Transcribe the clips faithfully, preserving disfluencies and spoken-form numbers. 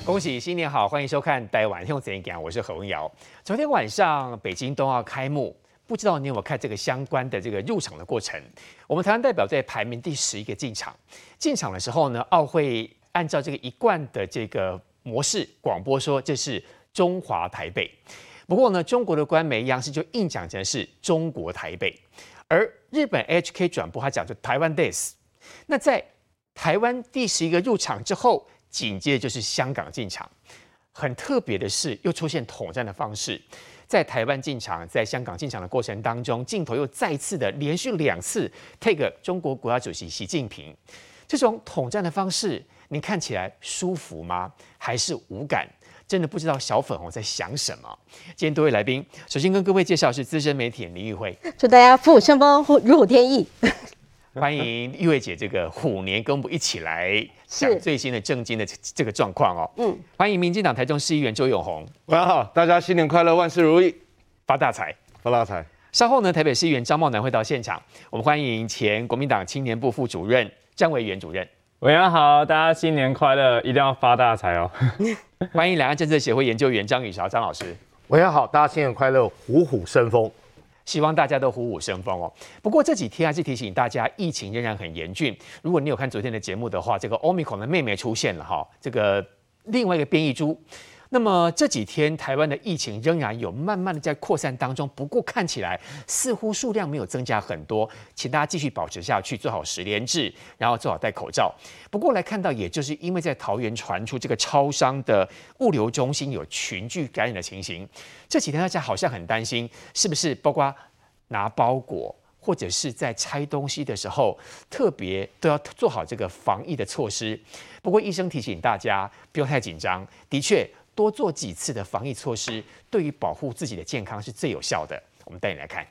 恭喜新年好，欢迎收看《台湾用怎样》，我是何文瑶。昨天晚上北京冬奥开幕，不知道你有没有看这个相关的这个入场的过程？我们台湾代表队排名第十一个进场，进场的时候呢，奥会按照这个一贯的这个模式广播说这是中华台北。不过呢，中国的官媒央视就硬讲成是中国台北，而日本 H K 转播它讲就台湾 days。那在台湾第十一个入场之后，紧接着就是香港进场。很特别的是，又出现统战的方式，在台湾进场，在香港进场的过程当中，镜头又再次的连续两次 take 中国国家主席习近平。这种统战的方式，您看起来舒服吗？还是无感？真的不知道小粉红在想什么。今天多位来宾，首先跟各位介绍是资深媒体人林玉慧， 祝大家虎虎生风，如虎添翼。 欢迎玉慧姐这个虎年跟我们一起来讲最新的政经的这个状况哦。嗯，欢迎民进党台中市议员周永宏， 晚上好，大家新年快乐，万事如意， 发大财， 发大财。 稍后呢，台北市议员张茂南会到现场，我们欢迎前国民党青年部副主任张维元主任。 晚上好，大家新年快乐，一定要发大财哦。 欢迎两岸政策协会研究员张宇韶张老师。 晚上好，大家新年快乐，虎虎生风。 希望大家都虎虎生风哦。不过这几天还是提醒大家，疫情仍然很严峻。如果你有看昨天的节目的话，这个 Omicron 的妹妹出现了哈，这个另外一个变异株。那么这几天台湾的疫情仍然有慢慢的在扩散当中，不过看起来似乎数量没有增加很多，请大家继续保持下去，做好实联制，然后做好戴口罩。不过来看到，也就是因为在桃园传出这个超商的物流中心有群聚感染的情形，这几天大家好像很担心，是不是包括拿包裹或者是在拆东西的时候，特别都要做好这个防疫的措施。不过医生提醒大家不用太紧张，的确。多做几次的防疫措施，对于保护自己的健康是最有效的。我们带你来看，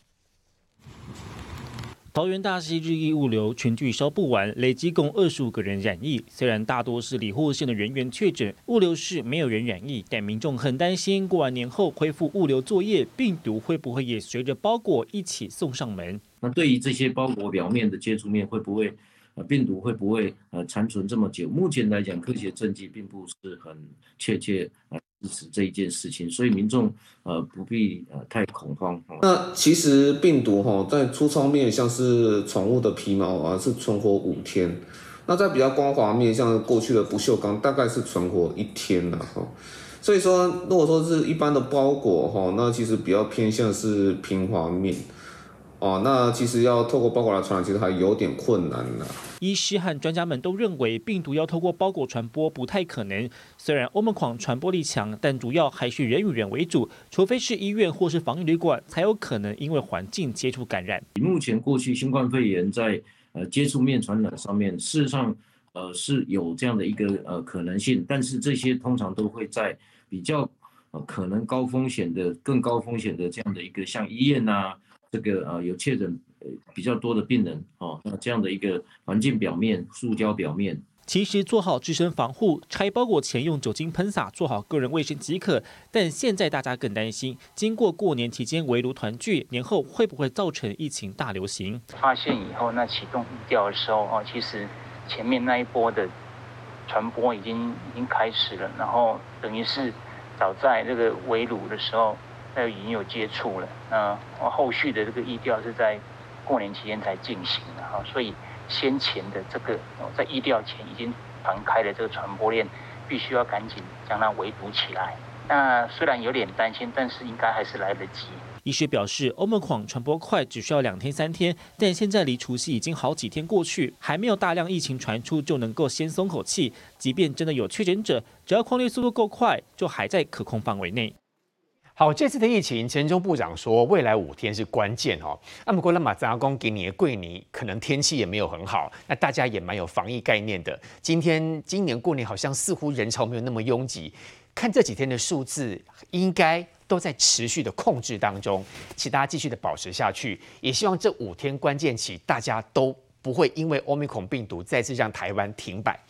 桃园大溪日益物流群聚烧不完，累积共二十五个人染疫。虽然大多是里货线的人员确诊，物流室没有人染疫，但民众很担心，过完年后恢复物流作业，病毒会不会也随着包裹一起送上门？ 那对于这些包裹表面的接触面，会不会？病毒会不会呃残存这么久？目前来讲，科学证据并不是很确切呃支持这一件事情，所以民众呃不必呃太恐慌。 那其实病毒哈，在粗糙面像是宠物的皮毛啊，是存活五天；那在比较光滑面，像过去的不锈钢，大概是存活一天了哈。所以说，如果说是一般的包裹哈，那其实比较偏向是平滑面。哦，那其实要透过包裹来传染，其实还有点困难啦。 医师和专家们都认为，病毒要透过包裹传播不太可能。虽然 Omicron 传播力强，但主要还是人与人为主，除非是医院或是防疫旅馆，才有可能因为环境接触感染。 目前过去新冠肺炎在呃接触面传染上面，事实上呃是有这样的一个呃可能性，但是这些通常都会在比较呃可能高风险的、更高风险的这样的一个像医院啊。这个呃有确诊呃比较多的病人哦，那这样的一个环境表面、塑胶表面， 其实做好自身防护，拆包裹前用酒精喷洒，做好个人卫生即可。但现在大家更担心，经过过年期间围炉团聚，年后会不会造成疫情大流行？ 发现以后，那启动疫调的时候哦，其实前面那一波的传播已经已经开始了，然后等于是早在这个围炉的时候。那已经有接触了，那后续的这个疫调是在过年期间才进行的哈，所以先前的这个在疫调前已经传开的这个传播链，必须要赶紧将它围堵起来。那虽然有点担心，但是应该还是来得及。 医学表示 ，Omicron 传播快，只需要两天三天，但现在离除夕已经好几天过去，还没有大量疫情传出，就能够先松口气。即便真的有确诊者，只要扩列速度够快，就还在可控范围内。 好，这次的疫情，陈忠部长说，未来五天是关键哦。那么过了马扎公给你的桂尼，可能天气也没有很好，那大家也蛮有防疫概念的。今天今年过年好像似乎人潮没有那么拥挤，看这几天的数字，应该都在持续的控制当中，请大家继续的保持下去。也希望这五天关键期，大家都不会因为 Omicron 病毒再次让台湾停摆。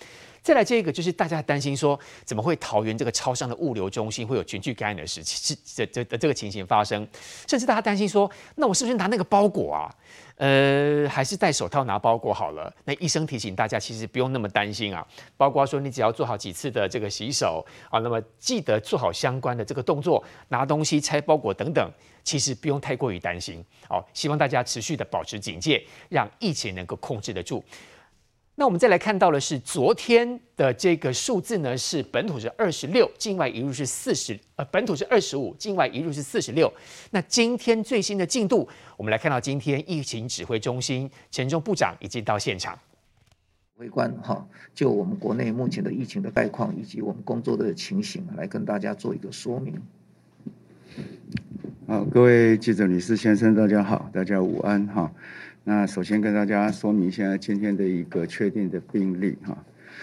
再来这个就是大家担心说，怎么会桃园这个超商的物流中心会有群聚感染的事情，这这这这个情形发生，甚至大家担心说，那我是不是拿那个包裹啊？呃，还是戴手套拿包裹好了。那医生提醒大家，其实不用那么担心啊，包括说你只要做好几次的这个洗手啊，那么记得做好相关的这个动作，拿东西、拆包裹等等，其实不用太过于担心。哦，希望大家持续的保持警戒，让疫情能够控制得住。那我们再来看到的是昨天的这个数字呢，是本土是二十六，境外移入是四十，呃，本土是二十五，境外移入是四十六。那今天最新的进度，我们来看到今天疫情指挥中心陈忠部长已经到现场。 微观哈，就我们国内目前的疫情的概况以及我们工作的情形，来跟大家做一个说明。 好，各位记者女士先生，大家好，大家午安哈。那首先跟大家说明一下今天的一个确定的病例哈。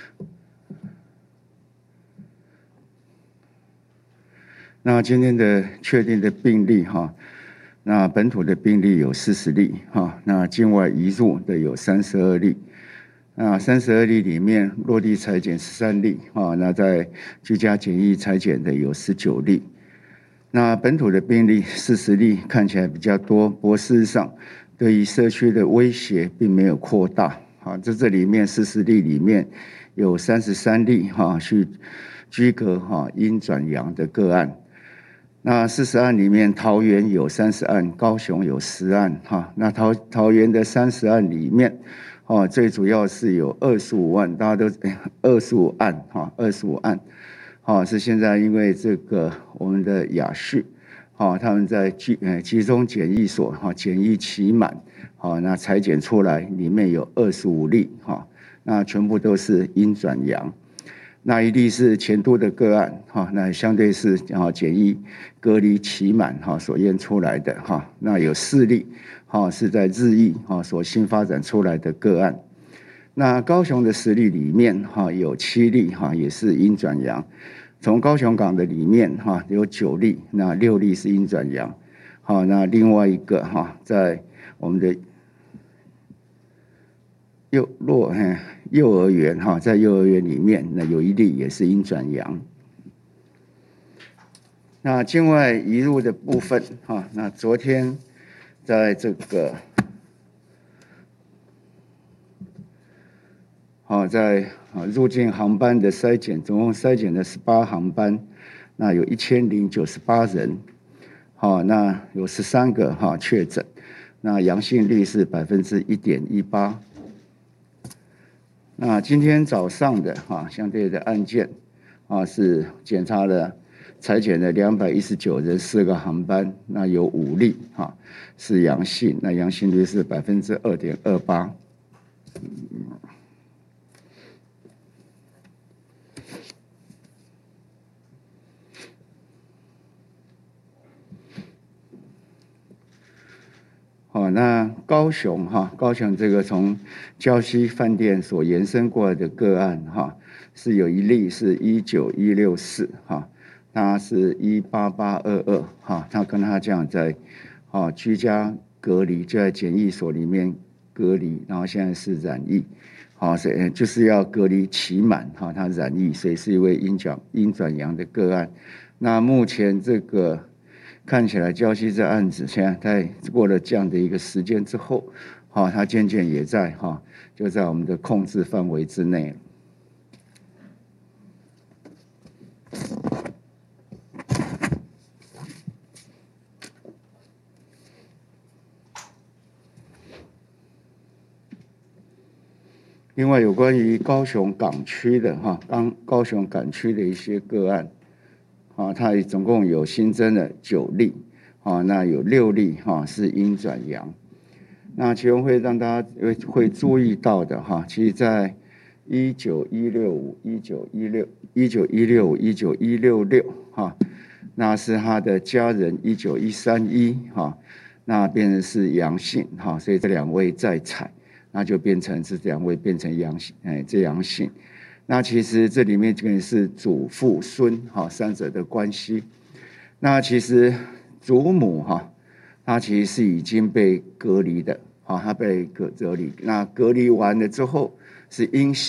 那今天的确定的病例哈，那本土的病例有四十例哈，那境外移入的有三十二例。那三十二例里面落地采检十三例哈，那在居家检疫采检的有十九例。那本土的病例四十例看起来比较多，不过事实上对于社区的威胁并没有扩大。好，在这里面四十例里面有三十三例哈是居隔哈阴转阳的个案。那四十案里面，桃园有三十案，高雄有十案哈。那桃桃园的三十案里面，哦，最主要是有二十五万，大家都二十五案哈，二十五案。好，是现在因为这个我们的雅旭，好，他们在集呃集中检疫所哈检疫期满，好，那采检出来里面有二十五例哈，那全部都是阴转阳，那一例是前都的个案哈，那相对是啊检疫隔离期满哈所验出来的哈，那有四例哈是在日疫哈所新发展出来的个案。那高雄的十例里面哈有七例哈也是阴转阳，从高雄港的里面哈有九例，那六例是阴转阳，好，那另外一个哈在我们的幼落幼儿园哈，在幼儿园里面那有一例也是阴转阳。那境外移入的部分哈，那昨天在这个。好，在入境航班的筛检，总共筛检了十八航班，那有一千零九十八人，好，那有十三个哈确诊，那阳性率是百分之一点一八。那今天早上的哈相对的案件，啊是检查了采检了两百一十九人，四个航班，那有五例哈是阳性，那阳性率是百分之二点二八。好，那高雄哈，高雄这个从礁溪饭店所延伸过来的个案哈，是有一例是一九一六四哈，他是一八八二二哈，他跟他这样在啊居家隔离，就在检疫所里面隔离，然后现在是染疫，好，所以就是要隔离期满哈，他染疫，所以是一位阴转阴转阳的个案。那目前这个。看起来礁溪这案子现在在过了这样的一个时间之后，哈，它渐渐也在哈，就在我们的控制范围之内。另外，有关于高雄港区的哈，刚高雄港区的一些个案。啊，它总共有新增了九例，啊，那有六例哈是阴转阳。那其中会让大家会会注意到的哈，其实在一九一六五、一九一六、一九一六五、一九一六六哈，那是他的家人一九一三一哈，那变成是阳性哈，所以这两位再采，那就变成是这两位变成阳性，哎，这阳性。那其实这里面可能是祖父孙哈三者的关系。那其实祖母哈，她其实是已经被隔离的，哈，她被隔隔离。那隔离完了之后是阴性，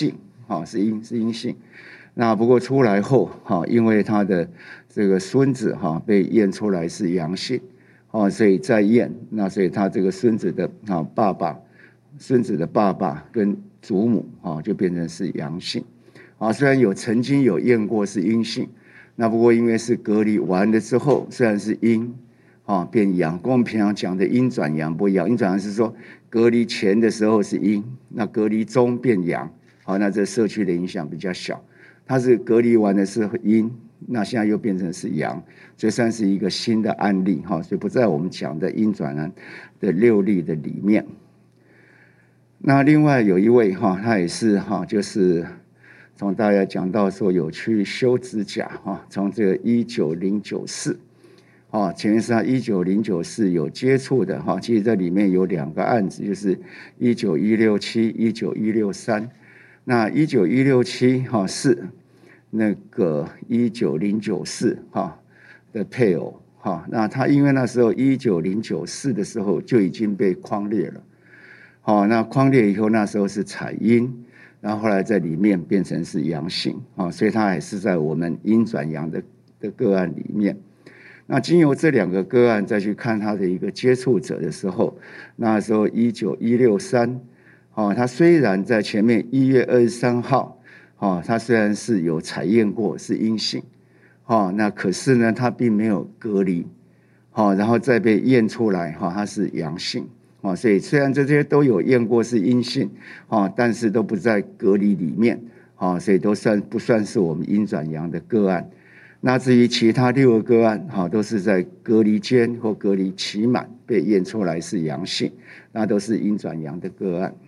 哈，是阴是阴性。那不过出来后，哈，因为他的这个孙子哈被验出来是阳性，哦，所以再验，那所以他这个孙子的啊爸爸，孙子的爸爸跟祖母啊就变成是阳性，啊，虽然有曾经有验过是阴性，那不过因为是隔离完了之后，虽然是阴，啊变阳，跟我们平常讲的阴转阳不一样，阴转阳是说隔离前的时候是阴，那隔离中变阳，好，那这社区的影响比较小。它是隔离完的是阴，那现在又变成是阳，所以算是一个新的案例哈，所以不在我们讲的阴转阳的六例的里面。那另外有一位哈，他也是哈，就是从大家讲到说有去修指甲哈，从这个一九零九四，啊，前面是他一九零九四有接触的哈，其实这里面有两个案子，就是一九一六七、一九一六三。那一九一六七哈是那个一九零九四哈的配偶哈，那他因为那时候一九零九四的时候就已经被匡列了，好，那匡列以后那时候是采阴，然后后来在里面变成是阳性啊，所以他还是在我们阴转阳的的个案里面。那经由这两个个案再去看他的一个接触者的时候，那时候一九一六三。哦，他虽然在前面一月二十三号，哦，他虽然是有采验过是阴性，哦，那可是呢，他并没有隔离，哦，然后再被验出来，哈、哦，他是阳性，哦，所以虽然这些都有验过是阴性，哦，但是都不在隔离里面，哦，所以都算不算是我们阴转阳的个案？那至于其他六个个案，哈、哦，都是在隔离间或隔离期满被验出来是阳性，那都是阴转阳的个案。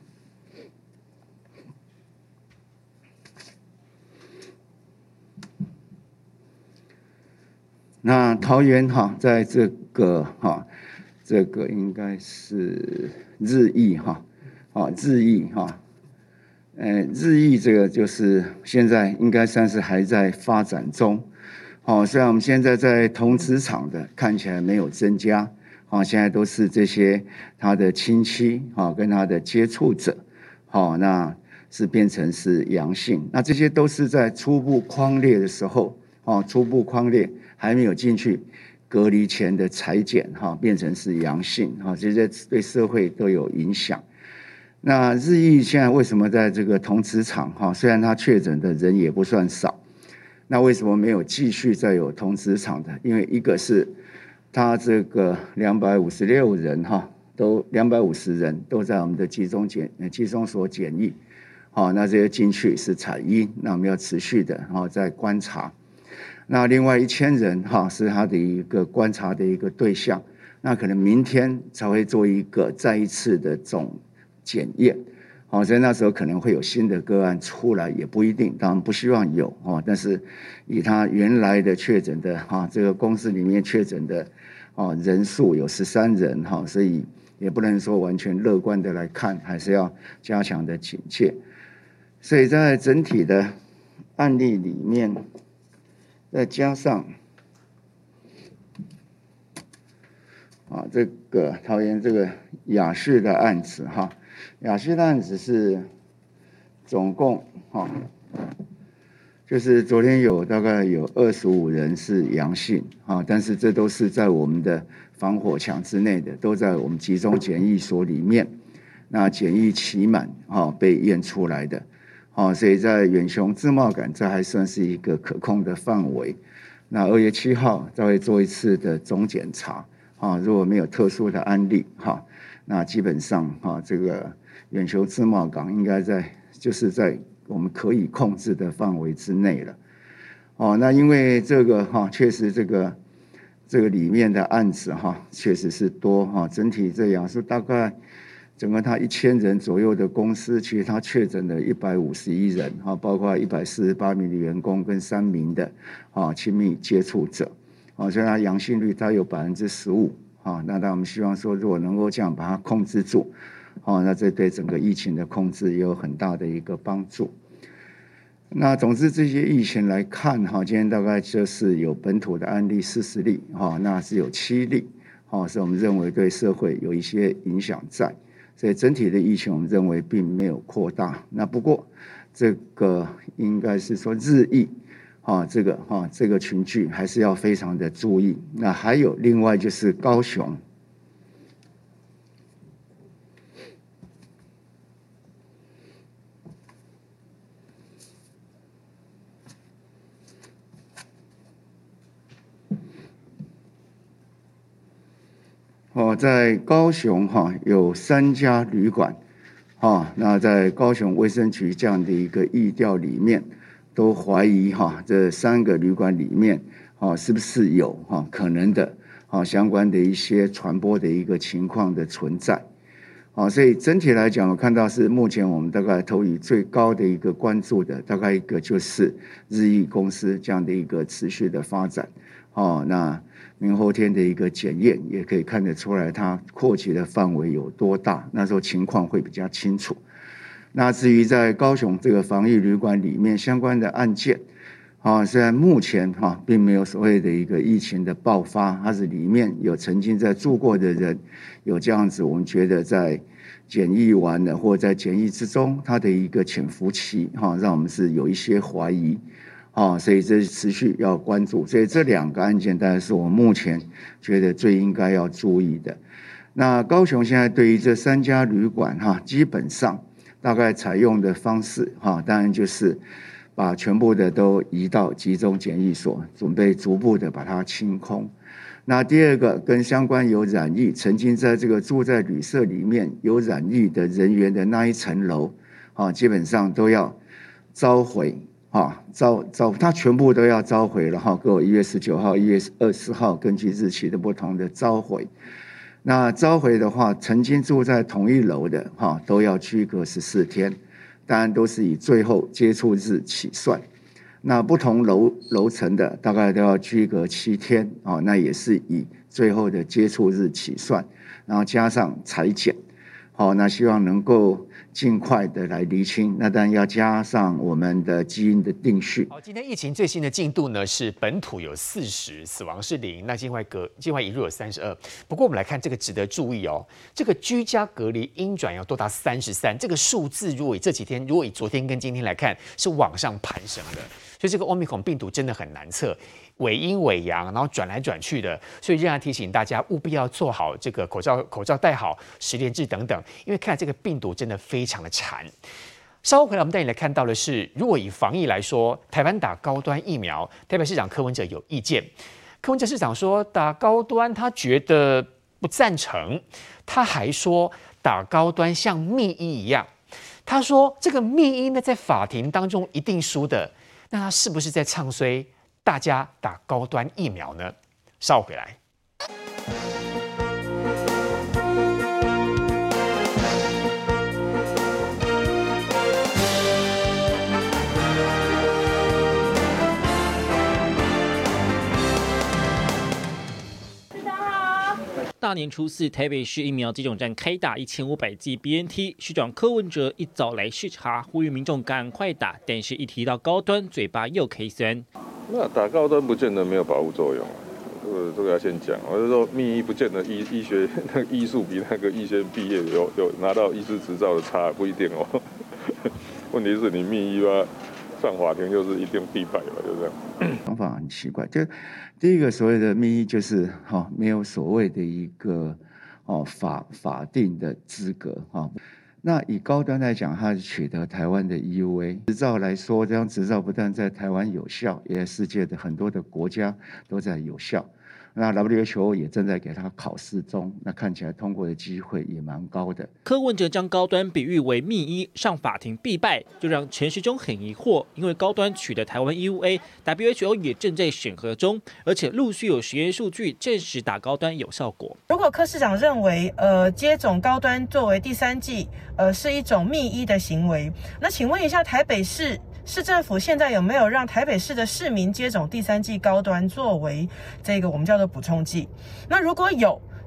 那桃园哈，在这个哈，这个应该是日益哈，啊日益哈，呃日益这个就是现在应该算是还在发展中，好，虽然我们现在在同职场的看起来没有增加，好，现在都是这些他的亲戚哈跟他的接触者，好，那是变成是阳性，那这些都是在初步匡列的时候，哦初步匡列。还没有进去隔离前的采检哈，变成是阳性哈，这些对社会都有影响。那日益现在为什么在这个同职场哈，虽然他确诊的人也不算少，那为什么没有继续再有同职场的？因为一个是他这个两百五十六人哈，都两百五十人都在我们的集中检集中所检疫，好，那这些进去是采阴，那我们要持续的然后再观察。那另外一千人哈是他的一个观察的一个对象，那可能明天才会做一个再一次的总检验，好，所以那时候可能会有新的个案出来，也不一定，当然不希望有哦，但是以他原来的确诊的哈，这个公司里面确诊的哦人数有十三人哈，所以也不能说完全乐观的来看，还是要加强的警戒。所以在整体的案例里面。再加上啊，这个桃园这个雅士的案子哈，雅士的案子是总共哈，就是昨天有大概有二十五人是阳性啊，但是这都是在我们的防火墙之内的，都在我们集中检疫所里面，那检疫期满啊被验出来的。哦，所以在远雄自贸感这还算是一个可控的范围。那二月七号再会做一次的总检查，啊，如果没有特殊的案例，哈，那基本上哈，这个远雄自贸港应该在就是在我们可以控制的范围之内了。哦，那因为这个哈，确实这个这个里面的案子哈，确实是多哈，整体这样是大概。整个他一千人左右的公司，其实他确诊了一百五十一人，哈，包括一百四十八名的员工跟三名的啊亲密接触者，啊，所以他阳性率大约有百分之十五，啊，那我们希望说，如果能够这样把它控制住，啊，那这对整个疫情的控制也有很大的一个帮助。那总之这些疫情来看，哈，今天大概就是有本土的案例四十例，哈，那是有七例，哈，是我们认为对社会有一些影响在。所以整体的疫情，我们认为并没有扩大。那不过， 这个应该是说日裔啊，这个啊这个群聚还是要非常的注意。那还有另外就是高雄。哦，在高雄哈有三家旅馆，啊，那在高雄卫生局这样的一个疫调里面，都怀疑哈这三个旅馆里面，啊是不是有哈可能的啊相关的一些传播的一个情况的存在，啊，所以整体来讲，我看到是目前我们大概投以最高的一个关注的，大概一个就是日裔公司这样的一个持续的发展，啊，那。明后天的一个检验也可以看得出来，它扩及的范围有多大，那时候情况会比较清楚。那至于在高雄这个防疫旅馆里面相关的案件，啊，虽然目前哈、啊、并没有所谓的一个疫情的爆发，它是里面有曾经在住过的人有这样子，我们觉得在检疫完了或在检疫之中，它的一个潜伏期哈、啊，让我们是有一些怀疑。啊，所以这持续要关注，所以这两个案件当然是我目前觉得最应该要注意的。那高雄现在对于这三家旅馆哈，基本上大概采用的方式哈，当然就是把全部的都移到集中检疫所，准备逐步的把它清空。那第二个跟相关有染疫，曾经在这个住在旅社里面有染疫的人员的那一层楼，啊，基本上都要召回。啊，召召，他全部都要召回了哈，各位一月十九号、一月二十号，根据日期的不同的召回。那召回的话，曾经住在同一楼的哈，都要居隔十四天，当然都是以最后接触日起算。那不同楼楼层的大概都要居隔七天啊，那也是以最后的接触日起算，然后加上采检，好，那希望能够。尽快的来厘清，那当然要加上我们的基因的定序。 好，今天疫情最新的进度呢是本土有四十，死亡是零，那境外隔境外移入有三十二。不过我们来看这个值得注意哦，这个居家隔离阴转要多达三十三，这个数字如果以这几天，如果以昨天跟今天来看，是往上攀升的。所以这个 Omicron 病毒真的很难测，伪阴伪阳，然后转来转去的，所以仍然提醒大家务必要做好这个口罩口罩戴好、实联制等等，因为看来这个病毒真的非常的残。稍后回来，我们带你来看到的是，如果以防疫来说，台湾打高端疫苗，台北市长柯文哲有意见。柯文哲市长说打高端，他觉得不赞成，他还说打高端像密医一样，他说这个密医呢在法庭当中一定输的。那他是不是在唱衰大家打高端疫苗呢？稍后回来。 大年初四，台北市疫苗接种站开打一千五百剂 B N T， 市长柯文哲一早来视察，呼吁民众赶快打，但是一提到高端，嘴巴又 K 酸。 那打高端不见得没有保护作用，这个这个要先讲。我是说，密医不见得医医学那个医术比那个医学毕业有有拿到医师执照的差，不一定哦。问题是你密医吧，上法庭就是一定必败了，就这样。 方法很奇怪，就第一个所谓的密医就是哈、哦、没有所谓的一个哦法法定的资格哈、哦。那以高端来讲，它取得台湾的 E U A 执照来说，这张执照不但在台湾有效，也在世界的很多的国家都在有效。那 W H O 也正在给他考试中，那看起来通过的机会也蛮高的。 柯文哲将高端比喻为密医，上法庭必败，就让陈时中很疑惑，因为高端取得台湾 E U A，W H O 也正在审核中，而且陆续有实验数据证实打高端有效果。 如果柯市长认为，呃，接种高端作为第三剂，呃，是一种密医的行为，那请问一下台北市？市政府现在有没有让台北市的市民接种第三剂高端作为这个我们叫做补充剂？那如果有，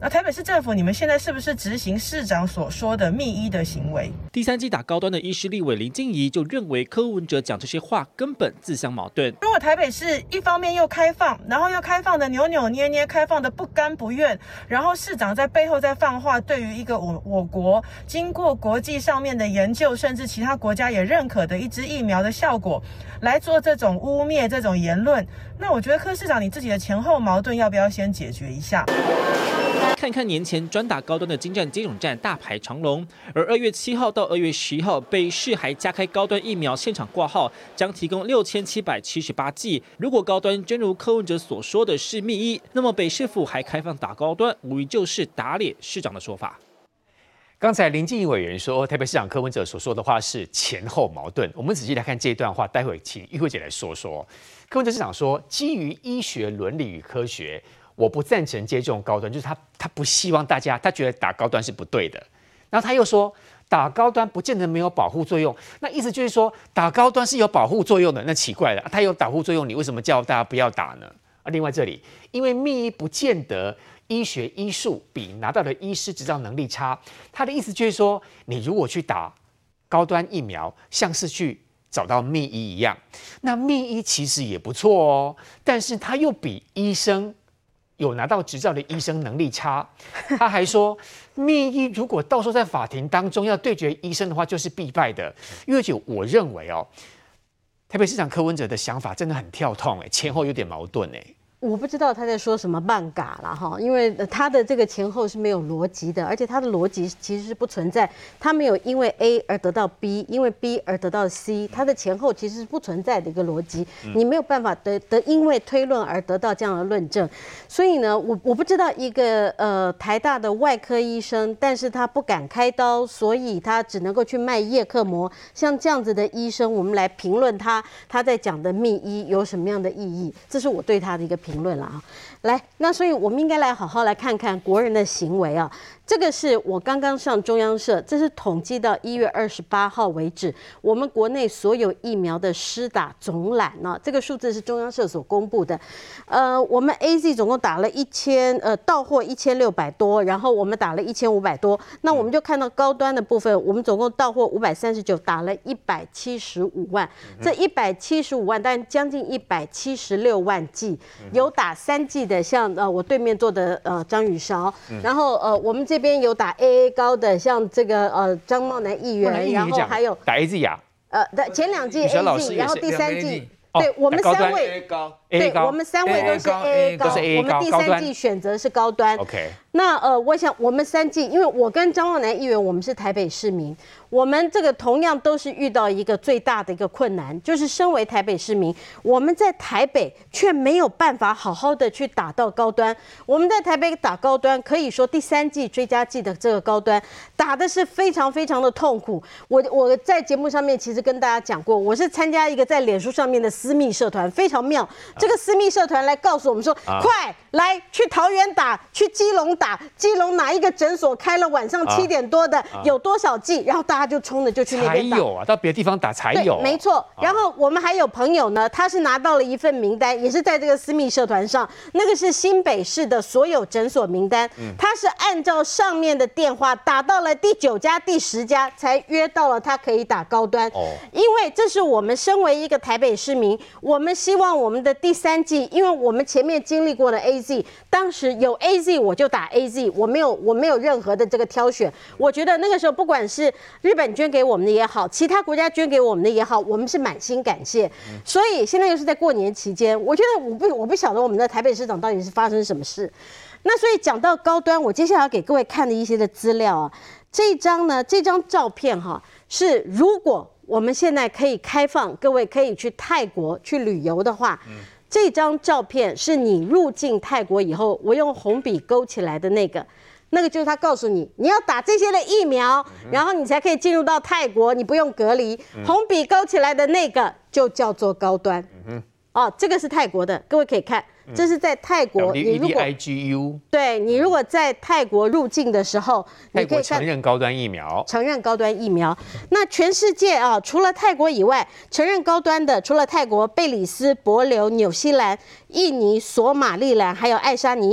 那台北市政府，你们现在是不是执行市长所说的密医的行为？ 第三季打高端的医师立委林静怡就认为柯文哲讲这些话根本自相矛盾。 如果台北市一方面又开放，然后又开放的扭扭捏捏，开放的不甘不愿，然后市长在背后在放话，对于一个我我国经过国际上面的研究，甚至其他国家也认可的一支疫苗的效果，来做这种污蔑、这种言论，那我觉得柯市长你自己的前后矛盾要不要先解决一下？ 看看年前专打高端的精湛接种站大排长龙，而二月七号到二月十一号，北市还加开高端疫苗现场挂号，将提供六千七百七十八剂。如果高端真如柯文哲所说的是密医，那么北市府还开放打高端，无疑就是打脸市长的说法。 刚才林静怡委员说，台北市长柯文哲所说的话是前后矛盾。我们仔细来看这一段话，待会请玉慧姐来说说。柯文哲市长说，基于医学伦理与科学，我不赞成接种高端，就是他他不希望大家，他觉得打高端是不对的。然后他又说，打高端不见得没有保护作用，那意思就是说，打高端是有保护作用的。那奇怪了，他有保护作用，你为什么叫大家不要打呢？啊，另外这里，因为密医不见得医学医术比拿到的医师执照能力差，他的意思就是说，你如果去打高端疫苗，像是去找到密医一样，那密医其实也不错哦，但是他又比医生有拿到执照的医生能力差。他还说，密医如果到时候在法庭当中要对决医生的话，就是必败的。因为就我认为哦，台北市长柯文哲的想法真的很跳痛，哎，前后有点矛盾哎。 我不知道他在说什么半嘎啦哈，因为他的这个前后是没有逻辑的，而且他的逻辑其实是不存在，他没有因为 A 而得到 B， 因为 B 而得到 C， 他的前后其实是不存在的一个逻辑，你没有办法得得因为推论而得到这样的论证，所以呢，我我不知道一个呃台大的外科医生，但是他不敢开刀，所以他只能够去卖叶克膜，像这样子的医生，我们来评论他他在讲的密医有什么样的意义，这是我对他的一个评论。评论了啊，来，那所以我们应该来好好来看看国人的行为啊。这个是我刚刚上中央社，这是统计到一月二十八号为止，我们国内所有疫苗的施打总览呢，这个数字是中央社所公布的。呃，我们 A Z 总共打了一千，呃，到货一千六百多，然后我们打了一千五百多。那我们就看到高端的部分，我们总共到货五百三十九，打了一百七十五万。这一百七十五万，但将近一百七十六万剂，有打三剂的，像呃我对面坐的呃张宇韶，然后呃我们这。这边有打 A A 高的，像这个呃张茂南议员，然后还有打 A Z 呀， 呃，前两季 A Z， 然后第三季，对我们三位，对我们三位都是 A A 高，我们第三季选择是高端。 OK， 那呃，我想我们三季，因为我跟张茂南议员，我们是台北市民，我们这个同样都是遇到一个最大的一个困难，就是身为台北市民，我们在台北却没有办法好好的去打到高端。我们在台北打高端，可以说第三季追加剂的这个高端打的是非常非常的痛苦。我我在节目上面其实跟大家讲过，我是参加一个在脸书上面的私密社团，非常妙。这个私密社团来告诉我们说，啊、快来去桃园打，去基隆打，基隆哪一个诊所开了晚上七点多的，啊、有多少剂，然后大家就冲着就去那边打。 才有啊，到别的地方打才有。 没错。然后我们还有朋友呢，他是拿到了一份名单，也是在这个私密社团上，那个是新北市的所有诊所名单，嗯、他是按照上面的电话打到了第九家、第十家，才约到了他可以打高端。哦，因为这是我们身为一个台北市民，我们希望我们的第三剂，因为我们前面经历过了 A Z， 当时有 A Z 我就打 A Z， 我没有我没有任何的这个挑选。我觉得那个时候不管是日本捐给我们的也好，其他国家捐给我们的也好，我们是满心感谢。嗯、所以现在又是在过年期间，我觉得我不我不晓得我们的台北市长到底是发生什么事。那所以讲到高端，我接下来要给各位看的一些的资料啊，这一张呢，这张照片哈、啊，是如果我们现在可以开放，各位可以去泰国去旅游的话，嗯、这张照片是你入境泰国以后，我用红笔勾起来的那个。那个就是他告诉你，你要打这些的疫苗，嗯、然后你才可以进入到泰国，你不用隔离。嗯、红笔勾起来的那个就叫做高端。嗯、哦，这个是泰国的，各位可以看，这是在泰国。 嗯、你如果对你如果在泰国入境的时候， 泰国承认高端疫苗， 承认高端疫苗。那全世界啊，除了泰国以外，承认高端的，除了泰国、贝里斯、帛琉、纽西兰、印尼、索马利兰，还有爱沙尼亚。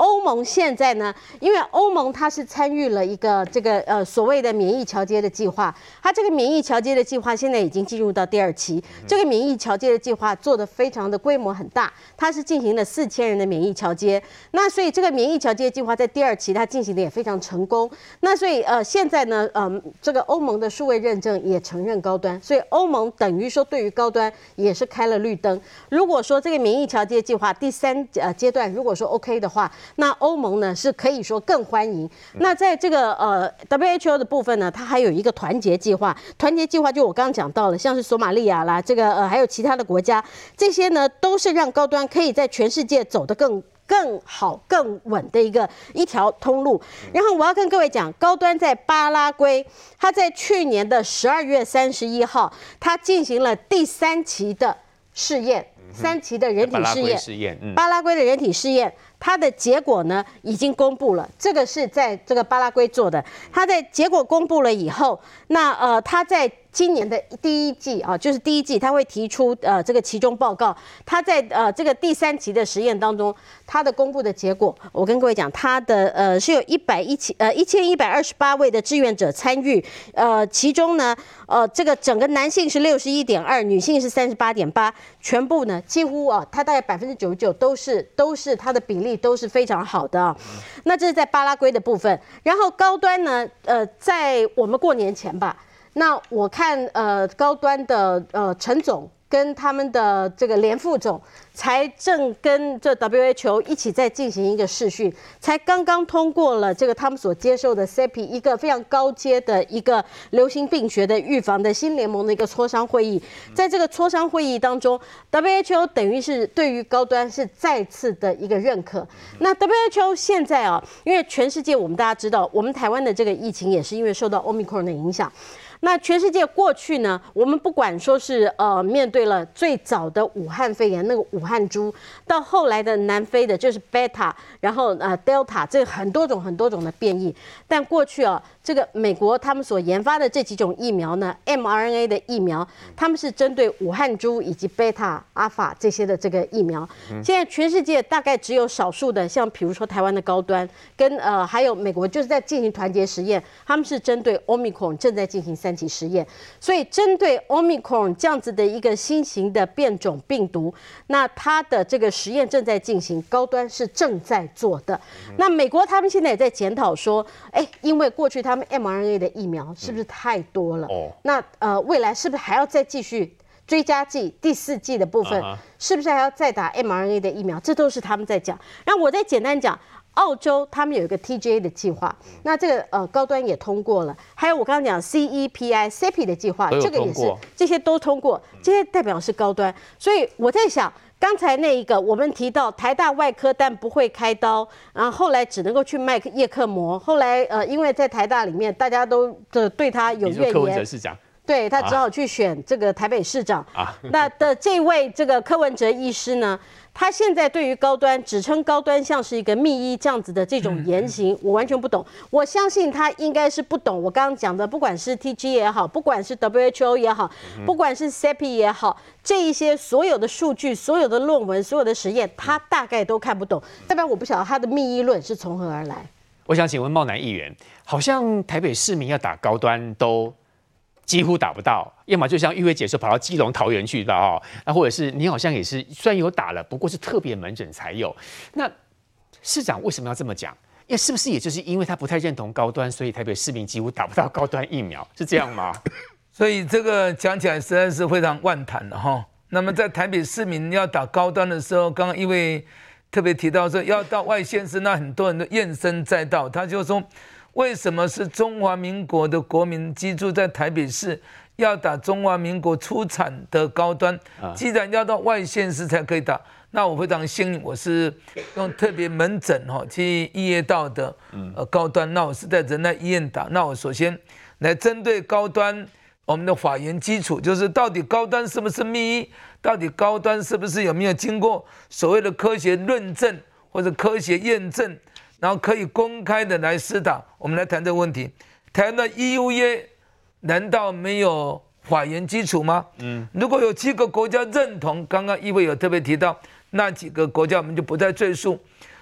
欧盟现在呢，因为欧盟它是参与了一个这个呃所谓的免疫桥接的计划，它这个免疫桥接的计划现在已经进入到第二期。这个免疫桥接的计划做得非常的规模很大，它是进行了四千人的免疫桥接。那所以这个免疫桥接计划在第二期它进行的也非常成功。那所以呃现在呢，嗯、呃，这个欧盟的数位认证也承认高端，所以欧盟等于说对于高端也是开了绿灯。如果说这个免疫桥接计划第三呃阶段如果说 OK 的话，那欧盟呢是可以说更欢迎。那在这个呃 W H O 的部分呢，它还有一个团结计划。团结计划就我刚刚讲到了，像是索马利亚啦，这个呃还有其他的国家，这些呢都是让高端可以在全世界走得更更好、更稳的一个一条通路。然后我要跟各位讲，高端在巴拉圭，它在去年的十二月三十一号，它进行了第三期的试验。三期的人体试验， 试验嗯、 巴拉圭的人体试验，它的结果呢已经公布了。这个是在这个巴拉圭做的，它在结果公布了以后，那呃，它在今年的第一季啊，就是第一季，它会提出呃这个期中报告。它在呃这个第三期的实验当中，它的公布的结果，我跟各位讲，它的呃是有一百一千呃一千一百二十八位的志愿者参与，呃其中呢呃这个整个男性是六十一点二，女性是三十八点八，全部呢几乎啊，它大概百分之九十九都是都是它的比例都是非常好的啊。那这是在巴拉圭的部分，然后高端呢，呃，在我们过年前吧。那我看呃高端的呃陈总跟他们的这个连副总才正跟这 W H O 一起在进行一个视讯，才刚刚通过了这个他们所接受的 C E P I 一个非常高阶的一个流行病学的预防的新联盟的一个磋商会议。在这个磋商会议当中 ，W H O 等于是对于高端是再次的一个认可。那 W H O 现在啊，因为全世界我们大家知道，我们台湾的这个疫情也是因为受到 Omicron 的影响。那全世界过去呢，我们不管说是呃面对了最早的武汉肺炎那个武汉株，到后来的南非的就是 Beta， 然后呃 Delta， 这很多种很多种的变异。但过去啊，这个美国他们所研发的这几种疫苗呢 ，mRNA 的疫苗，他们是针对武汉株以及 Beta、阿法这些的这个疫苗。现在全世界大概只有少数的，像比如说台湾的高端，跟呃还有美国就是在进行团结实验，他们是针对 Omicron 正在进行三期实验。所以针对 Omicron 这样子的一个新型的变种病毒，那它的这个实验正在进行，高端是正在做的。那美国他们现在也在检讨说，哎，因为过去他们 mRNA 的疫苗是不是太多了？哦，那呃未来是不是还要再继续追加剂第四剂的部分，是不是还要再打 mRNA 的疫苗？这都是他们在讲。然后我再简单讲。澳洲他们有一个 T G A 的计划，那这个呃高端也通过了，还有我刚刚讲 C E P I C E P I 的计划，这个也是这些都通过，这些代表是高端。所以我在想，刚才那一个我们提到台大外科但不会开刀，然后后来只能够去卖叶克膜，后来呃因为在台大里面大家都的对他有怨言，柯文哲市长。对他只好去选这个台北市长啊。那的这位这个柯文哲医师呢，他现在对于高端指称高端像是一个密医这样子的这种言行，我完全不懂。我相信他应该是不懂我刚刚讲的，不管是 T G 也好，不管是 W H O 也好，不管是 C E P I 也好，这一些所有的数据、所有的论文、所有的实验，他大概都看不懂。代表我不晓得他的密医论是从何而来。 我想请问茂南议员，好像台北市民要打高端都几乎打不到，要么就像玉慧姐说跑到基隆、桃园去的哦，那或者是你好像也是虽然有打了，不过是特别门诊才有。那市长为什么要这么讲？因为是不是也就是因为他不太认同高端，所以台北市民几乎打不到高端疫苗，是这样吗？ 所以这个讲起来实在是非常万谈了哈。那么在台北市民要打高端的时候，刚刚因为特别提到说要到外县市，那很多人都怨声载道，他就说。为什么是中华民国的国民居住在台北市，要打中华民国出产的高端？既然要到外县市才可以打，那我非常幸运，我是用特别门诊哈去预约到的呃高端，那我是在仁爱医院打。那我首先来针对高端我们的法源基础，就是到底高端是不是密医，到底高端是不是有没有经过所谓的科学论证或者科学验证。然后可以公开的来施打，我们来谈这个问题。台湾的 E U 业难道没有法源基础吗？嗯，如果有七个国家认同，刚刚议会有特别提到那几个国家，我们就不再赘述。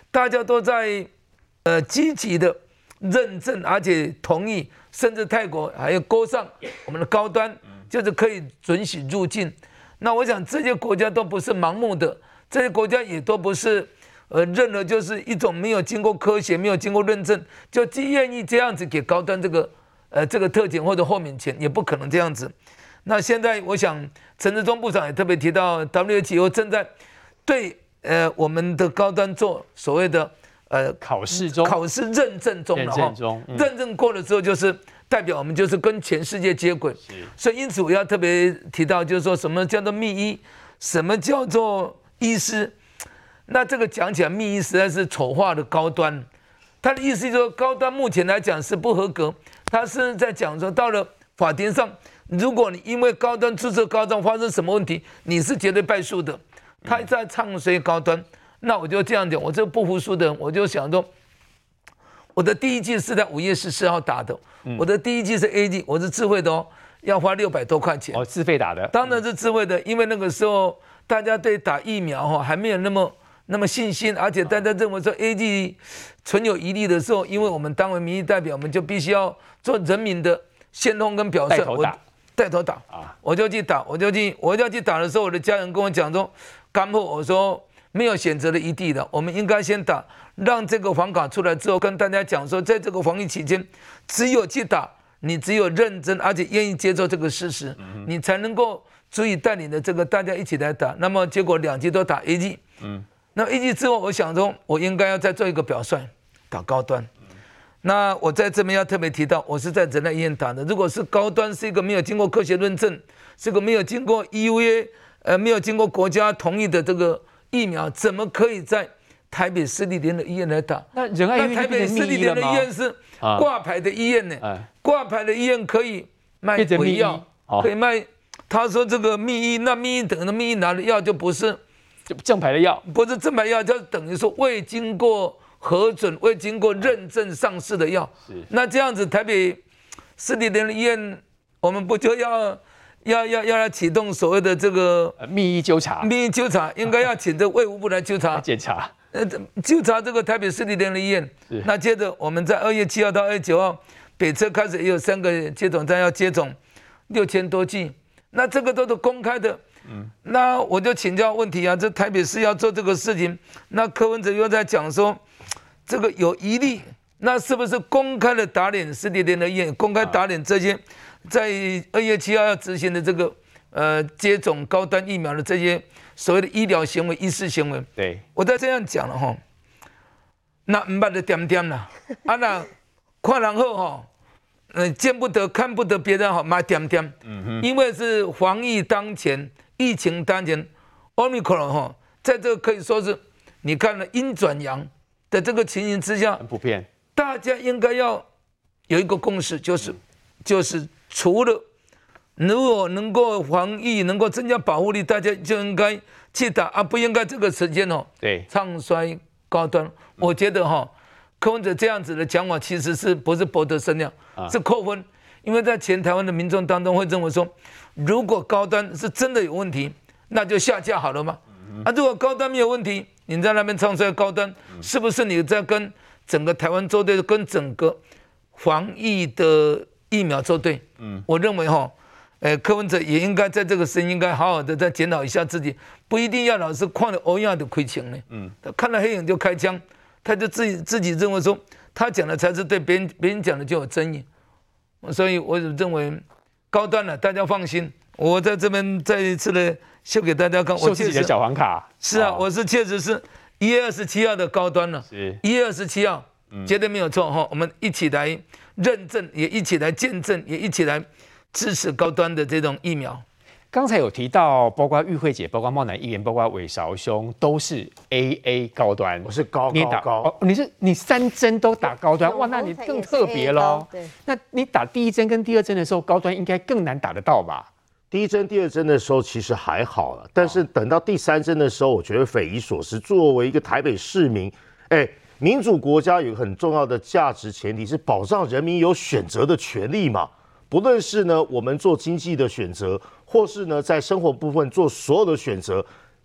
大家都在呃积极的认证，而且同意，甚至泰国还有勾上我们的高端，就是可以准许入境。那我想这些国家都不是盲目的，这些国家也都不是呃任何就是一种没有经过科学、没有经过认证，就既愿意这样子给高端这个呃这个特权或者豁免权，也不可能这样子。那现在我想陈时中部长也特别提到 ，W H O 正在对呃我们的高端做所谓的呃考试中、 考试认证中了认证中， 嗯、认证过了之后，就是代表我们就是跟全世界接轨。所以因此我要特别提到，就是说什么叫做密医，什么叫做医师。那这个讲起来，密医实在是丑化的高端。他的意思就是说，高端目前来讲是不合格。他是在讲说，到了法庭上，如果你因为高端注册高端发生什么问题，你是绝对败诉的。他在唱衰高端，那我就这样讲，我这个不服输的人，我就想说，我的第一剂是在五月十四号打的，嗯、我的第一剂是 A G， 我是自费的哦，要花六百多块钱。 哦，自费打的？ 当然是自费的，因为那个时候大家对打疫苗哈还没有那么那么信心，而且大家认为说 A G 存有疑虑的时候，因为我们当为民意代表，我们就必须要做人民的先锋跟表率。 带头打， 带头打啊！我就去打，我就去，我要去打的时候，我的家人跟我讲说，干后我说没有选择的余地的，我们应该先打，让这个黄卡出来之后，跟大家讲说，在这个防疫期间，只有去打，你只有认真而且愿意接受这个事实，嗯、你才能够足以带领的这个大家一起来打。那么结果两剂都打 A G， 嗯，那 A G 之后，我想说，我应该要再做一个表率，打高端。那我在这边要特别提到，我是在仁爱医院打的。如果是高端是一个没有经过科学论证，是个没有经过 E U A 呃没有经过国家同意的这个疫苗，怎么可以在台北市立联合医院来打？ 那仁爱医院台北市立联合医院是挂牌的医院呢，啊、挂牌的医院可以卖伪药，哦、可以卖。他说这个密医，那密医等于密医拿的药就不是正牌的药， 不是正牌药，就等于说未经过核准、未经过认证上市的药。那这样子，台北市立联合医院，我们不就要要要要来启动所谓的这个密医纠察？ 密医纠察应该要请这卫福部来纠察、 检查， 呃，纠察这个台北市立联合医院。那接着我们在二月七号到二月九号，北车开始也有三个接种站要接种六千多剂。那这个都是公开的，嗯，那我就请教问题啊，这台北市要做这个事情，那柯文哲又在讲说，这个有疑虑，那是不是公开的打脸市立联合医院，公开打脸这些在二月七号要执行的这个呃接种高端疫苗的这些所谓的医疗行为、医事行为？ 对， 我再这样讲了哈，那唔捌就点点啦，啊那看人好哈。呃，见不得看不得别人好，买点点，嗯、因为是防疫当前，疫情当前 ，Omicron 哈，在这个可以说是，你看了阴转阳的这个情形之下， 很普遍， 大家应该要有一个共识，就是，嗯、就是除了如果能够防疫，能够增加保护力，大家就应该去打啊，不应该这个时间哦， 对， 唱衰高端，嗯、我觉得哈。柯文哲这样子的讲法，其实是不是博得声量，啊、是扣分，因为在全台湾的民众当中会认为说，如果高端是真的有问题，那就下架好了嘛。嗯、啊，如果高端没有问题，你在那边唱出来高端，嗯、是不是你在跟整个台湾作对，跟整个防疫的疫苗作对？嗯，我认为哈，呃，柯文哲也应该在这个时应该好好的再检讨一下自己，不一定要老是看了欧亚的亏情呢。嗯，看了黑影就开枪。他就自己自己认为说，他讲的才是对，别人别人讲的就有争议，所以我认为高端了，大家放心。我在这边再一次的秀给大家看， 秀自己的小黄卡。 是啊，我是确实是一月二十七号的高端了，一月二十七号，绝对没有错哈。我们一起来认证，也一起来见证，也一起来支持高端的这种疫苗。 刚才有提到，包括玉慧姐、包括茂南议员、包括韦韶兄，都是 A A 高端。 我是高你打高高， 哦，你是你三针都打高端，哇，那你更特别喽。那你打第一针跟第二针的时候，高端应该更难打得到吧？ 第一针、第二针的时候其实还好了，但是等到第三针的时候，我觉得匪夷所思。作为一个台北市民，哎，民主国家有个很重要的价值前提是保障人民有选择的权利嘛。不论是呢我们做经济的选择，或是呢在生活部分做所有的选择，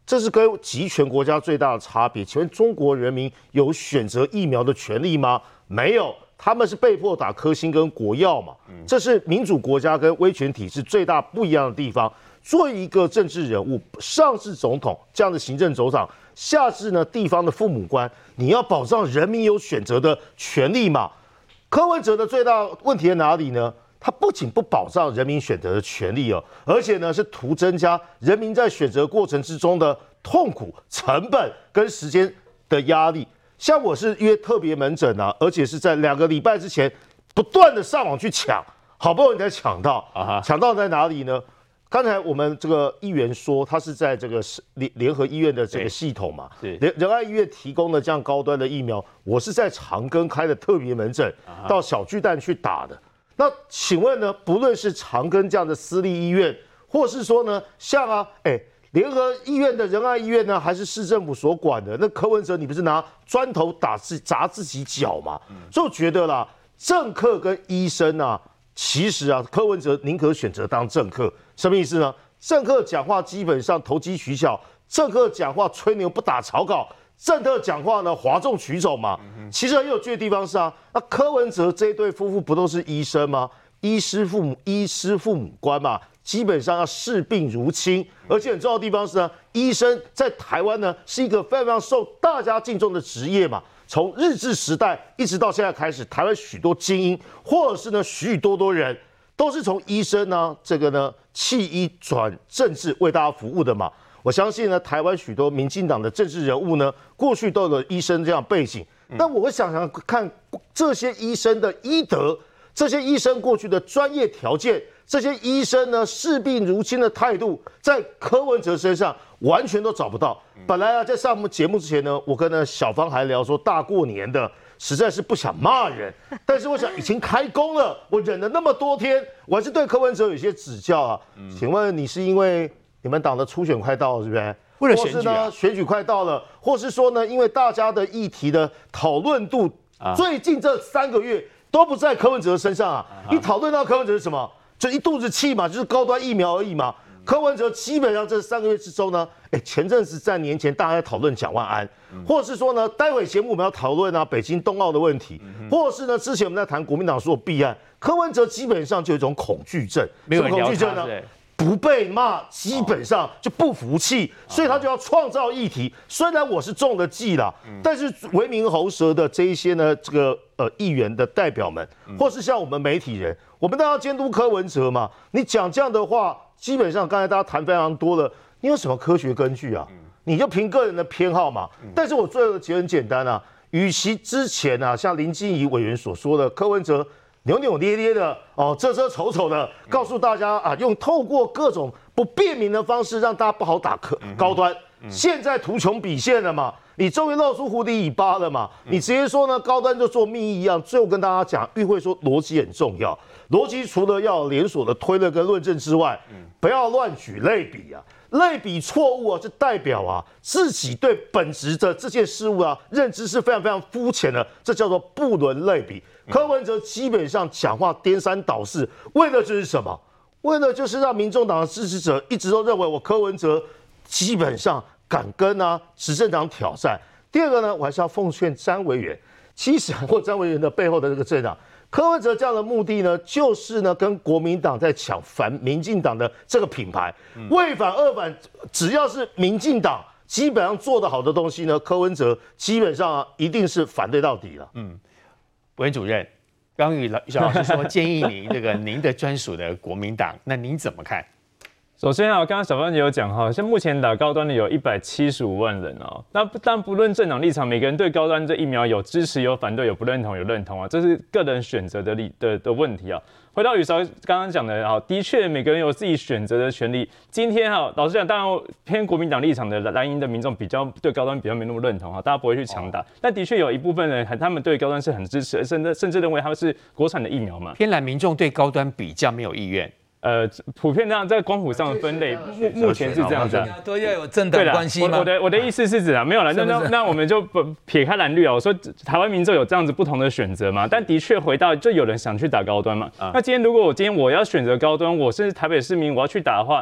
这是跟集权国家最大的差别。请问中国人民有选择疫苗的权利吗？没有，他们是被迫打科兴跟国药嘛。这是民主国家跟威权体制最大不一样的地方。作为一个政治人物，上至总统这样的行政首长，下至呢地方的父母官，你要保障人民有选择的权利嘛？柯文哲的最大问题在哪里呢？他不仅不保障人民选择的权利哦，而且呢是图增加人民在选择过程之中的痛苦、成本跟时间的压力。像我是约特别门诊啊，而且是在两个礼拜之前不断的上网去抢，好不容易才抢到。啊、抢到在哪里呢？刚才我们这个议员说，他是在这个联联合医院的这个系统嘛，仁仁爱医院提供的这样高端的疫苗，我是在长庚开的特别门诊，到小巨蛋去打的。那请问呢？不论是长庚这样的私立医院，或是说呢，像啊，哎，联合医院的仁爱医院呢，还是市政府所管的？那柯文哲，你不是拿砖头打自砸自己脚吗？嗯、所以我觉得啦，政客跟医生啊，其实啊，柯文哲宁可选择当政客，什么意思呢？政客讲话基本上投机取巧，政客讲话吹牛不打草稿。政客讲话呢，哗众取宠嘛。其实很有趣的地方是啊，那柯文哲这一对夫妇不都是医生吗？医师父母，医师父母官嘛，基本上要视病如亲。而且很重要的地方是呢，医生在台湾呢是一个非常非常受大家敬重的职业嘛。从日治时代一直到现在开始，台湾许多精英或者是呢许许多多人都是从医生呢这个呢弃医转政治为大家服务的嘛。我相信呢，台湾许多民进党的政治人物呢，过去都有医生这样背景。那我想想看，这些医生的医德，这些医生过去的专业条件，这些医生呢视病如亲的态度，在柯文哲身上完全都找不到。本来啊，在上我们节目之前呢，我跟呢小芳还聊说，大过年的，实在是不想骂人，但是我想已经开工了，我忍了那么多天，我还是对柯文哲有些指教啊。请问你是因为？你们党的初选快到了，是不是？ 为了选举、啊、 或是呢，选举快到了，或是说呢，因为大家的议题的讨论度，啊、最近这三个月都不在柯文哲身上啊。啊一讨论到柯文哲是什么，就一肚子气嘛，就是高端疫苗而已嘛。嗯、柯文哲基本上这三个月之中呢，哎，前阵子在年前大家在讨论蒋万安，嗯、或者是说呢，待会节目我们要讨论啊北京冬奥的问题，嗯、或者是呢，之前我们在谈国民党说弊案，柯文哲基本上就有一种恐惧症， 没有人恐惧症呢？不被骂，基本上就不服气，所以他就要创造议题。虽然我是中了计啦，但是为民喉舌的这一些呢，这个呃议员的代表们，或是像我们媒体人，我们都要监督柯文哲嘛。你讲这样的话，基本上刚才大家谈非常多了，你有什么科学根据啊？你就凭个人的偏好嘛。但是我最后的结论简单啊，与其之前啊，像林静怡委员所说的，柯文哲扭扭捏捏的哦，遮遮丑丑的，告诉大家啊，用透过各种不便民的方式，让大家不好打高端。现在图穷匕现了嘛，你终于露出狐狸尾巴了嘛，你直接说呢，高端就做密一样。最后跟大家讲，议会说逻辑很重要，逻辑除了要连锁的推论跟论证之外，不要乱举类比啊。类比错误啊，就代表啊自己对本质的这件事物啊认知是非常非常肤浅的，这叫做不伦类比。柯文哲基本上讲话颠三倒四，为的就是什么？为的就是让民众党的支持者一直都认为我柯文哲基本上敢跟啊执政党挑战。第二个呢，我还是要奉劝詹委员，其实或詹委员的背后的这个政党。柯文哲这样的目的呢，就是呢跟国民党在抢反民进党的这个品牌，为反二反，只要是民进党基本上做得好的东西呢，柯文哲基本上、啊、一定是反对到底了。 嗯，委员主任，刚刚于小老师说建议您这个您的专属的国民党，那您怎么看？ 首先啊，刚刚小芳姐有讲哈，像目前打高端的有一百七十五万人哦。那但不论政党立场，每个人对高端这疫苗有支持、有反对、有不认同、有认同啊，这是个人选择的的的问题啊。回到宇韶刚刚讲的啊，的确每个人有自己选择的权利。今天哈，老实讲，当然偏国民党立场的蓝营的民众比较对高端比较没那么认同哈，大家不会去强打。但的确有一部分人，他们对高端是很支持，甚至甚至认为他们是国产的疫苗嘛。 偏蓝民众对高端比较没有意愿。 呃，普遍这样在光谱上的分类，目目前是这样子、啊， 都要有政党关系吗？ 我的我的意思是指啊，没有了，那那那我们就不撇开蓝绿啊，我说台湾民众有这样子不同的选择嘛，但的确回到就有人想去打高端嘛。啊、那今天如果我今天我要选择高端，我甚至台北市民我要去打的话。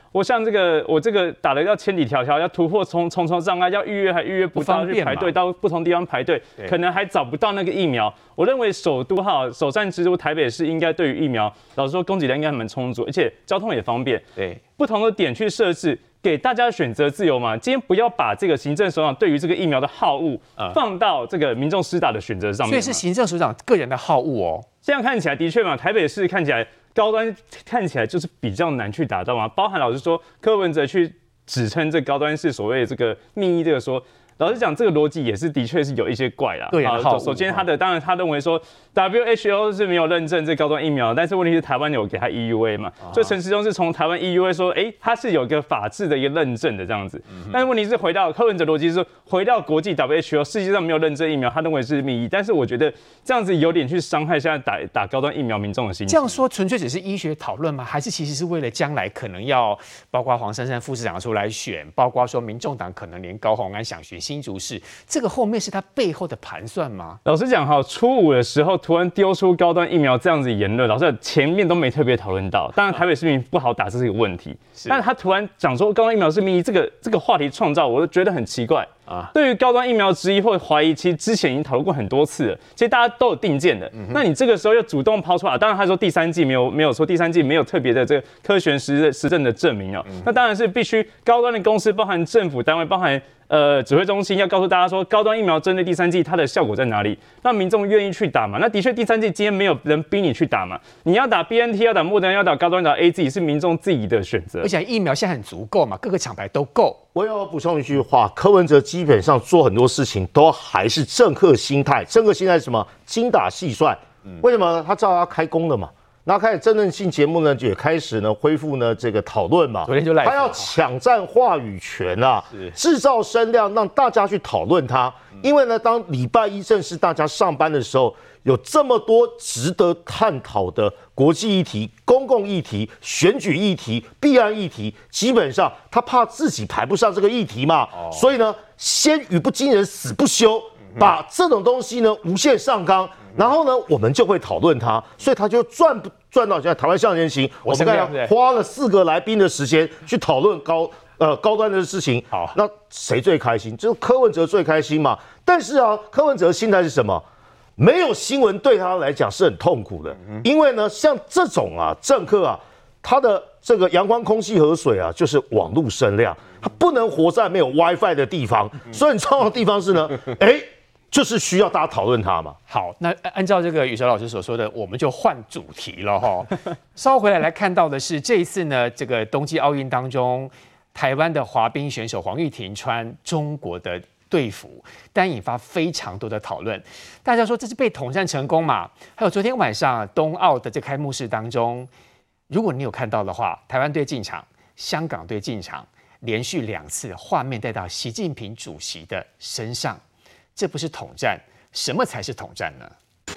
我像这个我这个打了要千里迢迢，要突破重重重障碍，要预约还预约不到，去排队到不同地方排队，可能还找不到那个疫苗。我认为首都哈首善之都台北市应该对于疫苗，老实说供给量应该蛮充足，而且交通也方便。 对， 不同的点去设置。给大家选择自由嘛，今天不要把这个行政首长对于这个疫苗的好恶放到这个民众施打的选择上面， 所以是行政首长个人的好恶哦。 这样看起来的确嘛，台北市看起来高端看起来就是比较难去达到嘛，包含老实说柯文哲去指称这高端是所谓的这个密医这个说。老实讲，这个逻辑也是的确是有一些怪啦。 对啊， 首先他的当然他认为说 W H O 是没有认证这高端疫苗，但是问题是台湾有给他 E U A 嘛，所以陈时中是从台湾 E U A 说，哎，他是有一个法治的一个认证的这样子。但是问题是回到柯文哲逻辑是回到国际 W H O， 世界上没有认证疫苗，他认为是密医，但是我觉得这样子有点去伤害现在打打高端疫苗民众的心情。 这样说纯粹只是医学讨论吗？还是其实是为了将来可能要包括黄珊珊副市长出来选，包括说民众党可能连高虹安想选新竹市？这个后面是他背后的盘算吗？ 老实讲哈，初五的时候突然丢出高端疫苗这样子言论，老实讲前面都没特别讨论到。当然台北市民不好打，这是一个问题。但是他突然讲说高端疫苗是密医，这个这个话题创造，我就觉得很奇怪啊。对于高端疫苗质疑或怀疑，其实之前已经讨论过很多次了，其实大家都有定见的。嗯、那你这个时候又主动抛出来，当然他说第三季没有没有说第三季没有特别的这个科学实实证的证明哦。嗯、那当然是必须高端的公司，包含政府单位，包含。呃，指挥中心要告诉大家说，高端疫苗针对第三剂它的效果在哪里，让民众愿意去打嘛？那的确，第三剂今天没有人逼你去打嘛？你要打 B N T， 要打莫德纳，要打高端，打 A Z， 是民众自己的选择。 而且疫苗现在很足够嘛，各个厂牌都够。 我要补充一句话，柯文哲基本上做很多事情都还是政客心态，政客心态是什么？精打细算。嗯、为什么？他照他开工的嘛。然后开始真正性节目呢，也开始呢恢复呢这个讨论嘛。 昨天就来， 他要抢占话语权啊，制造声量，让大家去讨论他。因为呢，当礼拜一正式大家上班的时候，有这么多值得探讨的国际议题、公共议题、选举议题、弊案议题，基本上他怕自己排不上这个议题嘛，哦、所以呢，先语不惊人死不休，把这种东西呢无限上纲。然后呢，我们就会讨论它，所以他就赚赚到现在台湾向前行。我们刚才花了四个来宾的时间去讨论高呃高端的事情。好，那谁最开心？就是柯文哲最开心嘛。但是啊，柯文哲的心态是什么？没有新闻对他来讲是很痛苦的，因为呢，像这种啊政客啊，他的这个阳光、空气、河水啊，就是网络声量，他不能活在没有 WiFi 的地方。所以很重要的地方是呢，哎。就是需要大家讨论它嘛。 好，那按照这个宇哲老师所说的，我们就换主题了哈。稍回来来看到的是，这一次呢，这个冬季奥运当中，台湾的滑冰选手黄玉婷穿中国的队服，但引发非常多的讨论。大家说这是被统战成功嘛？还有昨天晚上冬奥的这开幕式当中，如果你有看到的话，台湾队进场，香港队进场，连续两次画面带到习近平主席的身上。这不是统战，什么才是统战呢？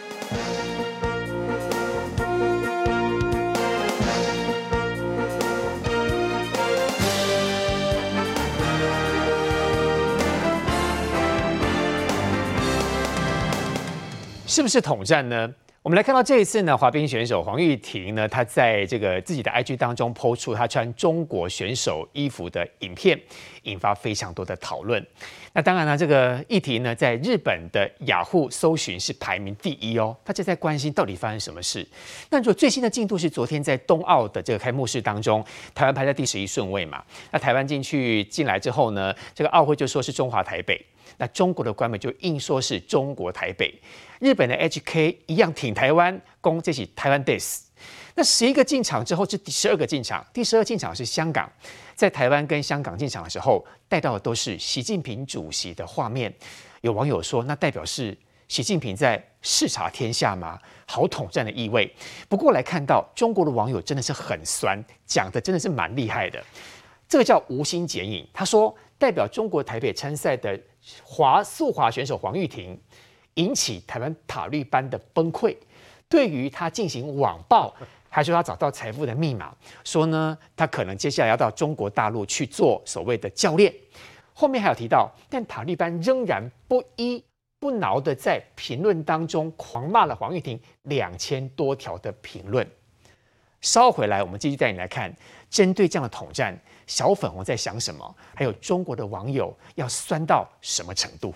是不是统战呢？我们来看到这一次呢，滑冰选手黄玉婷呢，她在这个自己的 I G 当中 po 出她穿中国选手衣服的影片，引发非常多的讨论。那当然呢，这个议题呢，在日本的雅虎搜寻是排名第一哦，大家在关心到底发生什么事。那如果最新的进度是昨天在冬奥的这个开幕式当中，台湾排在第十一顺位嘛，那台湾进去进来之后呢，这个奥会就说是中华台北。那中国的官媒就硬说是中国台北，日本的 H K 一样挺台湾，攻这起台湾 Days。那十一个进场之后是第十二个进场，第十二进场是香港，在台湾跟香港进场的时候，带到的都是习近平主席的画面。有网友说，那代表是习近平在视察天下吗？好统战的意味。不过来看到中国的网友真的是很酸，讲的真的是蛮厉害的。这个叫无心剪影，他说代表中国台北参赛的滑速滑选手黄玉婷引起台湾塔利班的崩溃，对于他进行网暴，还说他找到财富的密码，说呢他可能接下来要到中国大陆去做所谓的教练。后面还有提到，但塔利班仍然不依不挠的在评论当中狂骂了黄玉婷两千多条的评论。 稍后回来，我们继续带你来看，针对这样的统战，小粉红在想什么？还有中国的网友要酸到什么程度？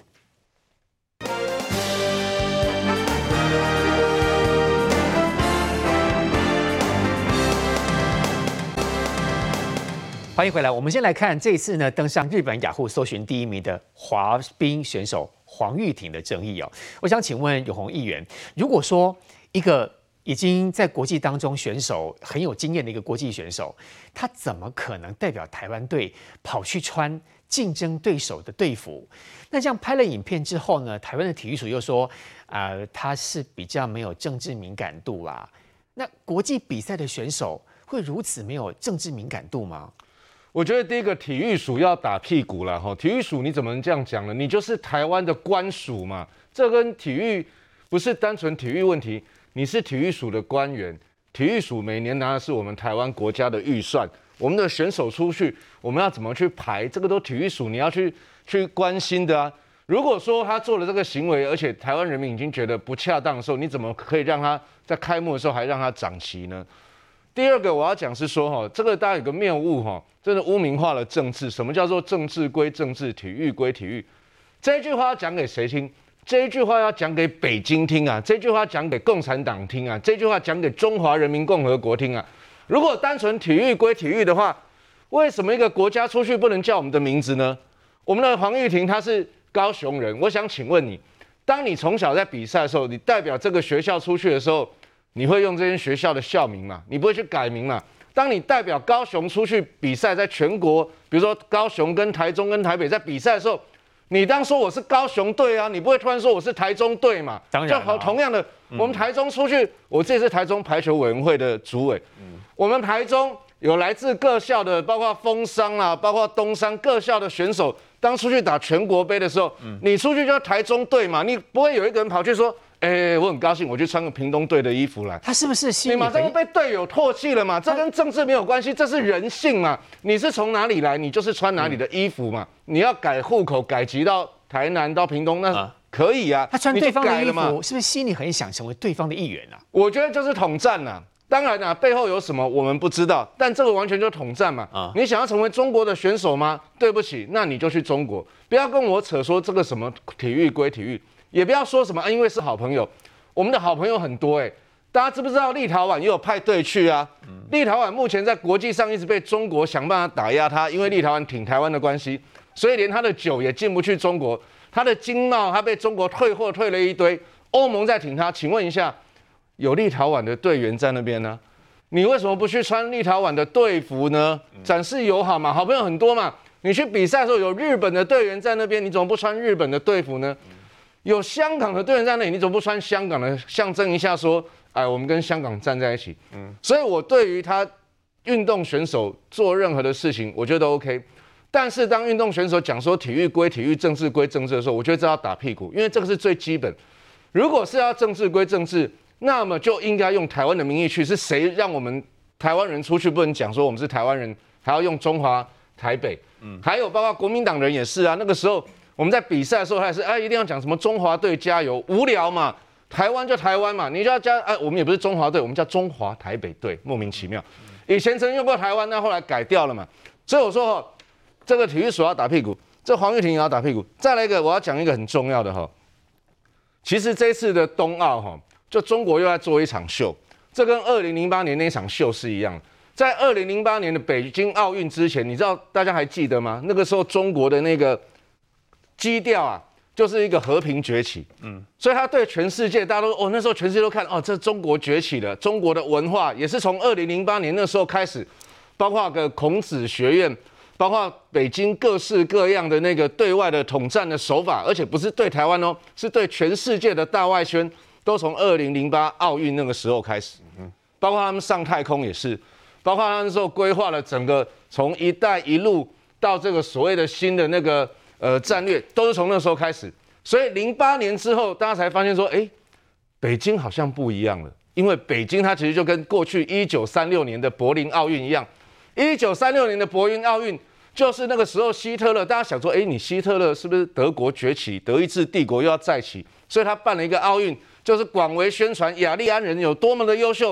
欢迎回来，我们先来看这一次呢登上日本雅虎搜寻第一名的滑冰选手黄玉婷的争议哦。我想请问永宏议员，如果说一个已经在国际当中选手很有经验的一个国际选手，他怎么可能代表台湾队跑去穿竞争对手的队服？那这样拍了影片之后呢，台湾的体育署又说，呃，他是比较没有政治敏感度啦。那国际比赛的选手会如此没有政治敏感度吗？ 我觉得第一个体育署要打屁股了哈，体育署你怎么能这样讲呢？你就是台湾的官署嘛，这跟体育不是单纯体育问题，你是体育署的官员，体育署每年拿的是我们台湾国家的预算，我们的选手出去，我们要怎么去排，这个都体育署你要去去关心的啊。如果说他做了这个行为，而且台湾人民已经觉得不恰当的时候，你怎么可以让他在开幕的时候还让他掌旗呢？第二个我要讲是说哈，这个大家有个谬误哈，真的污名化了政治。什么叫做政治归政治，体育归体育？这一句话要讲给谁听？这一句话要讲给北京听啊，这句话讲给共产党听啊，这句话讲给中华人民共和国听啊。如果单纯体育归体育的话，为什么一个国家出去不能叫我们的名字呢？我们的黄玉婷她是高雄人，我想请问你，当你从小在比赛的时候，你代表这个学校出去的时候，你会用这间学校的校名嘛？你不会去改名嘛？当你代表高雄出去比赛，在全国，比如说高雄跟台中跟台北在比赛的时候，你当说我是高雄队啊，你不会突然说我是台中队嘛？ 当然、啊， 就同样的，嗯、我们台中出去，我这是台中排球委员会的主委，嗯、我们台中有来自各校的，包括丰商啦，包括东商各校的选手，当出去打全国杯的时候，嗯、你出去就台中队嘛，你不会有一个人跑去说。哎、欸，我很高兴，我去穿个屏东队的衣服来。 他是不是心里你马上就被队友唾弃了嘛？这跟政治没有关系，这是人性嘛。你是从哪里来，你就是穿哪里的衣服嘛。嗯、你要改户口改籍到台南到屏东，那可以啊。 他穿对方的衣服，是不是心里很想成为对方的一员啊？ 我觉得就是统战呐、啊。当然啊，背后有什么我们不知道，但这个完全就是统战嘛。啊、你想要成为中国的选手吗？对不起，那你就去中国，不要跟我扯说这个什么体育归体育，也不要说什么啊，因为是好朋友。我们的好朋友很多哎、欸，大家知不知道立陶宛也有派队去啊？嗯、立陶宛目前在国际上一直被中国想办法打压他，因为立陶宛挺台湾的关系，所以连他的酒也进不去中国，他的经贸他被中国退货退了一堆，欧盟在挺他。请问一下，有立陶宛的队员在那边呢，你为什么不去穿立陶宛的队服呢？展示友好嘛，好朋友很多嘛。你去比赛的时候有日本的队员在那边，你怎么不穿日本的队服呢？有香港的队员在那里，你怎么不穿香港的，象征一下说，哎，我们跟香港站在一起。嗯，所以我对于他运动选手做任何的事情，我觉得都 OK。但是当运动选手讲说体育归体育，政治归政治的时候，我觉得这要打屁股，因为这个是最基本。如果是要政治归政治，那么就应该用台湾的名义去。是谁让我们台湾人出去不能讲说我们是台湾人，还要用中华台北？嗯，还有包括国民党人也是啊，那个时候。我们在比赛的时候还是哎，一定要讲什么中华队加油，无聊嘛，台湾就台湾嘛，你就要加哎，我们也不是中华队，我们叫中华台北队，莫名其妙。以前曾经用过台湾，那后来改掉了嘛。所以我说哈，这个体育署要打屁股，这黄玉婷也要打屁股。再来一个，我要讲一个很重要的哈，其实这次的冬奥哈，就中国又在做一场秀，这跟二零零八年那场秀是一样的。在二零零八年的北京奥运之前，你知道大家还记得吗？那个时候中国的那个基调啊，就是一个和平崛起，嗯，所以他对全世界，大家都哦，那时候全世界都看哦，这中国崛起了，中国的文化也是从二零零八年那时候开始，包括个孔子学院，包括北京各式各样的那个对外的统战的手法，而且不是对台湾哦，是对全世界的大外宣，都从二零零八奥运那个时候开始，嗯，包括他们上太空也是，包括他那时候规划了整个从“一带一路”到这个所谓的新的那个。呃，战略都是从那时候开始，所以零八年之后，大家才发现说，哎，北京好像不一样了，因为北京它其实就跟过去一九三六年的柏林奥运一样，一九三六年的柏林奥运就是那个时候希特勒，大家想说，哎，你希特勒是不是德国崛起，德意志帝国又要再起，所以他办了一个奥运，就是广为宣传雅利安人有多么的优秀，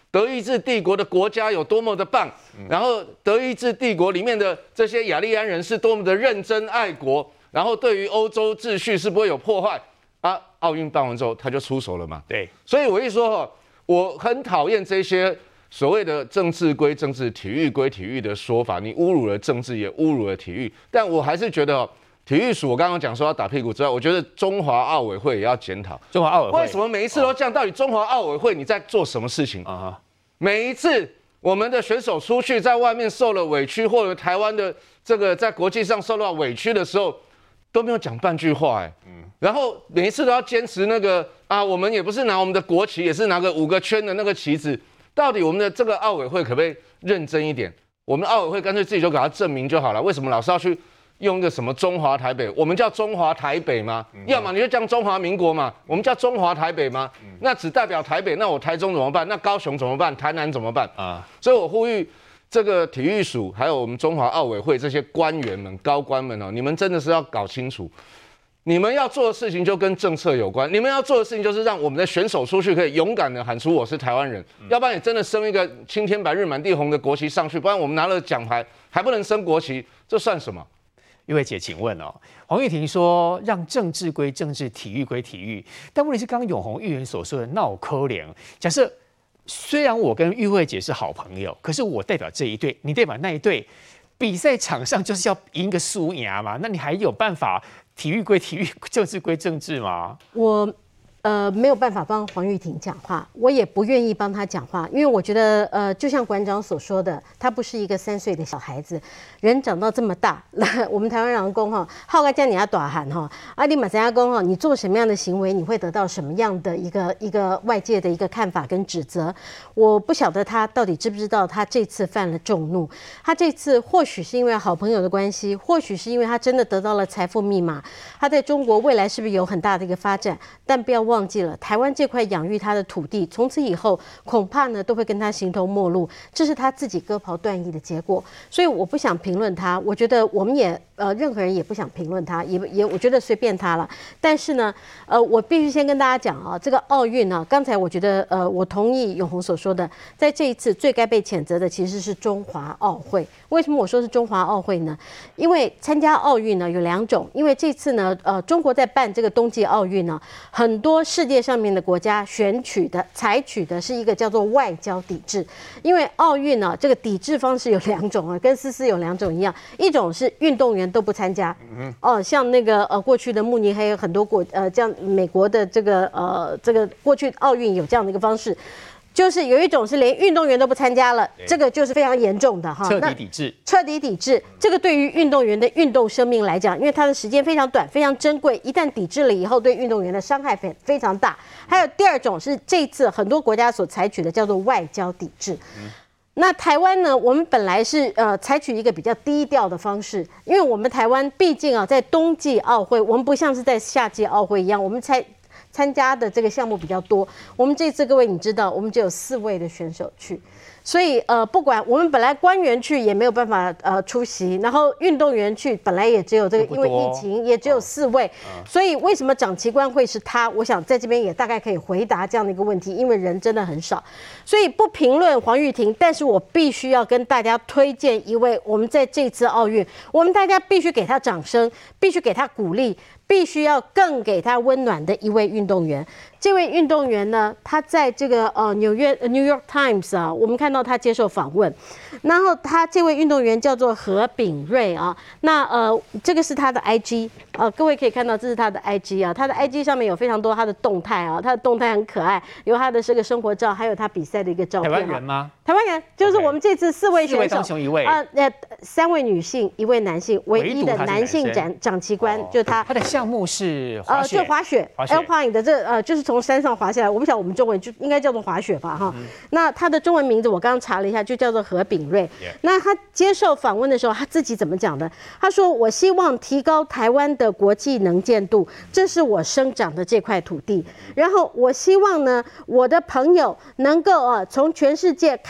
德意志帝国的国家有多么的棒，然后德意志帝国里面的这些雅利安人是多么的认真爱国，然后对于欧洲秩序是不会有破坏啊。奥运办完之后，他就出手了嘛。 对， 所以我一说哈，我很讨厌这些所谓的政治归政治、体育归体育的说法，你侮辱了政治，也侮辱了体育。但我还是觉得哦，体育署我刚刚讲说要打屁股之外，我觉得中华奥委会也要检讨。 中华奥委会为什么每一次都这样？到底中华奥委会你在做什么事情啊？每一次我们的选手出去在外面受了委屈，或者台湾的这个在国际上受到委屈的时候，都没有讲半句话，哎，嗯，然后每一次都要坚持那个啊，我们也不是拿我们的国旗，也是拿个五个圈的那个旗子。到底我们的这个奥委会可不可以认真一点？我们奥委会干脆自己就给他证明就好了，为什么老是要去用一个什么中华台北？我们叫中华台北吗？嗯、要么你就讲中华民国嘛，我们叫中华台北吗？嗯、那只代表台北，那我台中怎么办？那高雄怎么办？台南怎么办？啊，所以我呼吁这个体育署还有我们中华奥委会这些官员们、高官们哦，你们真的是要搞清楚。你们要做的事情就跟政策有关，你们要做的事情就是让我们的选手出去可以勇敢的喊出我是台湾人，嗯、要不然你真的升一个青天白日满地红的国旗上去，不然我们拿了奖牌还不能升国旗，这算什么？ 玉慧姐，请问哦，黄玉婷说让政治归政治，体育归体育，但问题是刚刚永红议员所说的闹扣脸，假设虽然我跟玉慧姐是好朋友，可是我代表这一队，你代表那一队，比赛场上就是要赢个输赢嘛，那你还有办法？体育归体育，政治归政治吗？ 我呃没有办法帮黄玉婷讲话，我也不愿意帮她讲话，因为我觉得呃，就像馆长所说的，他不是一个三岁的小孩子，人长到这么大，我们台湾人讲哈，好个叫你要大汉哈，阿里马三亚公哈，你做什么样的行为，你会得到什么样的一个一个外界的一个看法跟指责。我不晓得他到底知不知道，他这次犯了众怒。他这次或许是因为好朋友的关系，或许是因为他真的得到了财富密码，他在中国未来是不是有很大的一个发展？但不要忘记了，台湾这块养育他的土地，从此以后恐怕呢都会跟他形同陌路，这是他自己割袍断义的结果。所以我不想评论他，我觉得我们也呃任何人也不想评论他，也也我觉得随便他了。但是呢，呃，我必须先跟大家讲啊，这个奥运呢，刚才我觉得呃我同意永红所说的，在这一次最该被谴责的其实是中华奥会。为什么我说是中华奥会呢？因为参加奥运呢有两种，因为这次呢呃中国在办这个冬季奥运呢，很多世界上面的国家选取的采取的是一个叫做外交抵制，因为奥运呢这个抵制方式有两种啊，跟思思有两种一样，一种是运动员都不参加，哦，像那个呃过去的慕尼黑很多国呃这样美国的这个呃这个过去奥运有这样的一个方式。就是有一种是连运动员都不参加了，这个就是非常严重的哈， 彻底抵制， 彻底抵制。这个对于运动员的运动生命来讲，因为它的时间非常短，非常珍贵，一旦抵制了以后，对运动员的伤害非非常大。还有第二种是这次很多国家所采取的叫做外交抵制。嗯那台湾呢？我们本来是呃采取一个比较低调的方式，因为我们台湾毕竟啊，在冬季奥会，我们不像是在夏季奥会一样，我们才。参加的这个项目比较多，我们这次各位你知道，我们只有四位的选手去，所以呃，不管我们本来官员去也没有办法呃出席，然后运动员去本来也只有这个，因为疫情也只有四位，哦、所以为什么长旗官会是他？我想在这边也大概可以回答这样的一个问题，因为人真的很少，所以不评论黄玉婷，但是我必须要跟大家推荐一位，我们在这次奥运，我们大家必须给他掌声，必须给他鼓励。必须要更给他温暖的一位运动员。这位运动员呢，他在这个呃纽约 New York Times 啊，我们看到他接受访问，然后他这位运动员叫做何炳瑞啊，那呃这个是他的 I G 啊，各位可以看到这是他的 I G 啊，他的 I G 上面有非常多他的动态啊，他的动态很可爱，有他的这个生活照，还有他比赛的一个照片。 台湾人吗？ 台湾人，就是我们这次四位选手， 当中一位啊，呃，三位女性，一位男性，唯一的男性掌掌旗官就是他。 他的项目是滑雪， 呃，就滑雪 ，Alpine 的这呃，就是从山上滑下来。我不晓得我们中文就应该叫做滑雪吧，哈。嗯、那他的中文名字我刚刚查了一下，就叫做何炳瑞。Yeah. 那他接受访问的时候，他自己怎么讲的？他说：“我希望提高台湾的国际能见度，这是我生长的这块土地。然后我希望呢，我的朋友能够呃，从全世界看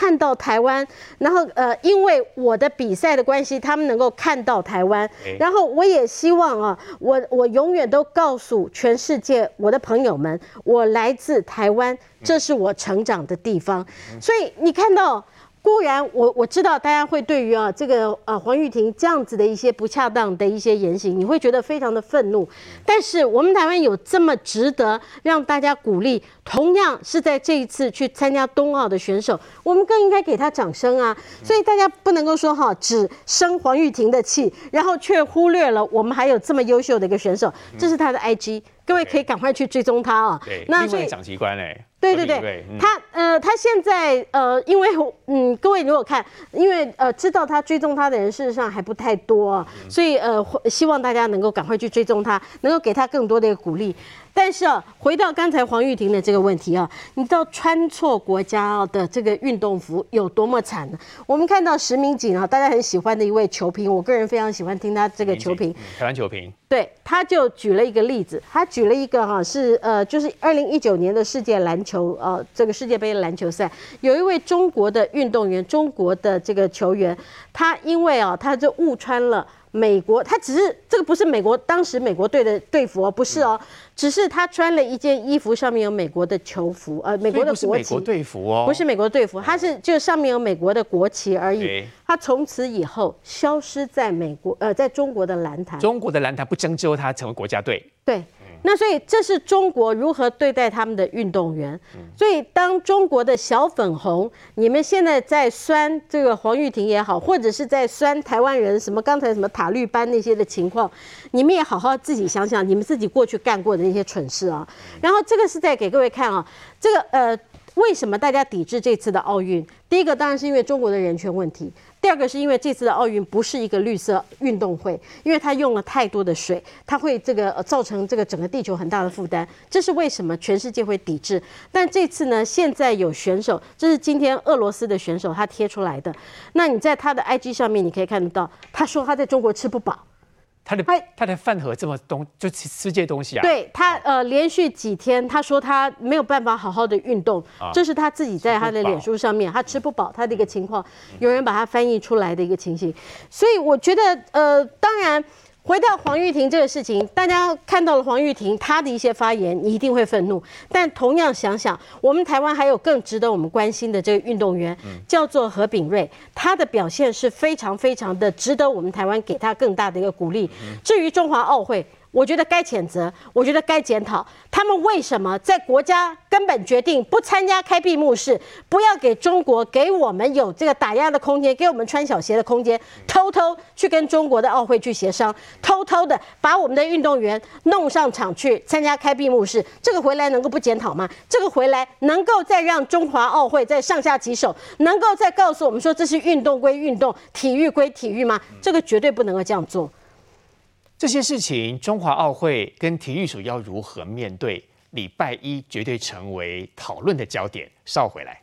看到台湾，然后呃，因为我的比赛的关系，他们能够看到台湾。然后我也希望啊，我我永远都告诉全世界我的朋友们，我来自台湾，这是我成长的地方。所以你看到。固然我我知道大家会对于啊这个呃黄郁婷这样子的一些不恰当的一些言行，你会觉得非常的愤怒。但是我们台湾有这么值得让大家鼓励，同样是在这一次去参加冬奥的选手，我们更应该给他掌声啊！所以大家不能够说哈只生黄郁婷的气，然后却忽略了我们还有这么优秀的一个选手，这是他的 I G。各位可以赶快去追踪他啊！ 对，那另外长旗官哎， 对对对，嗯、他呃，他现在呃，因为嗯，各位如果看，因为呃，知道他追踪他的人事实上还不太多啊，嗯、所以呃，希望大家能够赶快去追踪他，能够给他更多的一个鼓励。但是啊，回到刚才黄郁婷的这个问题啊，你知道穿错国家的这个运动服有多么惨呢？我们看到石明景啊，大家很喜欢的一位球评，我个人非常喜欢听他这个球评， 台湾球评。 对，他就举了一个例子，他举了一个哈、啊、是呃，就是二零一九年的世界篮球呃这个世界杯的篮球赛，有一位中国的运动员，中国的这个球员，他因为啊他就误穿了。美国，他只是这个不是美国当时美国队的队服哦，不是哦，只是他穿了一件衣服，上面有美国的球服，呃，美国的国旗， 不是美国队服哦， 不是美国队服，它是就上面有美国的国旗而已。他从此以后消失在美国，呃，在中国的篮坛。 中国的篮坛不争之后，他成为国家队。 对。那所以这是中国如何对待他们的运动员。所以当中国的小粉红，你们现在在酸这个黄郁婷也好，或者是在酸台湾人什么刚才什么塔绿班那些的情况，你们也好好自己想想，你们自己过去干过的那些蠢事啊。然后这个是在给各位看啊，这个呃。为什么大家抵制这次的奥运？第一个当然是因为中国的人权问题，第二个是因为这次的奥运不是一个绿色运动会，因为它用了太多的水，它会这个造成这个整个地球很大的负担，这是为什么全世界会抵制。但这次呢，现在有选手，这是今天俄罗斯的选手他贴出来的，那你在他的 I G 上面你可以看得到，他说他在中国吃不饱。 他的他的饭盒这么东就吃吃这些东西啊？ 对他呃连续几天他说他没有办法好好的运动，啊、这是他自己在他的脸书上面他吃不饱他的一个情况，有人把他翻译出来的一个情形，所以我觉得呃当然。回到黄郁婷这个事情，大家看到了黄郁婷她的一些发言，你一定会愤怒。但同样想想，我们台湾还有更值得我们关心的这个运动员，叫做何炳瑞，他的表现是非常非常的值得我们台湾给他更大的一个鼓励。至于中华奥会，我觉得该谴责，我觉得该检讨，他们为什么在国家根本决定不参加开闭幕式，不要给中国给我们有这个打压的空间，给我们穿小鞋的空间，偷偷去跟中国的奥会去协商，偷偷的把我们的运动员弄上场去参加开闭幕式，这个回来能够不检讨吗？这个回来能够再让中华奥会再上下其手，能够再告诉我们说这是运动归运动，体育归体育吗？这个绝对不能够这样做。 这些事情，中华奥会跟体育署要如何面对？礼拜一绝对成为讨论的焦点。稍回来。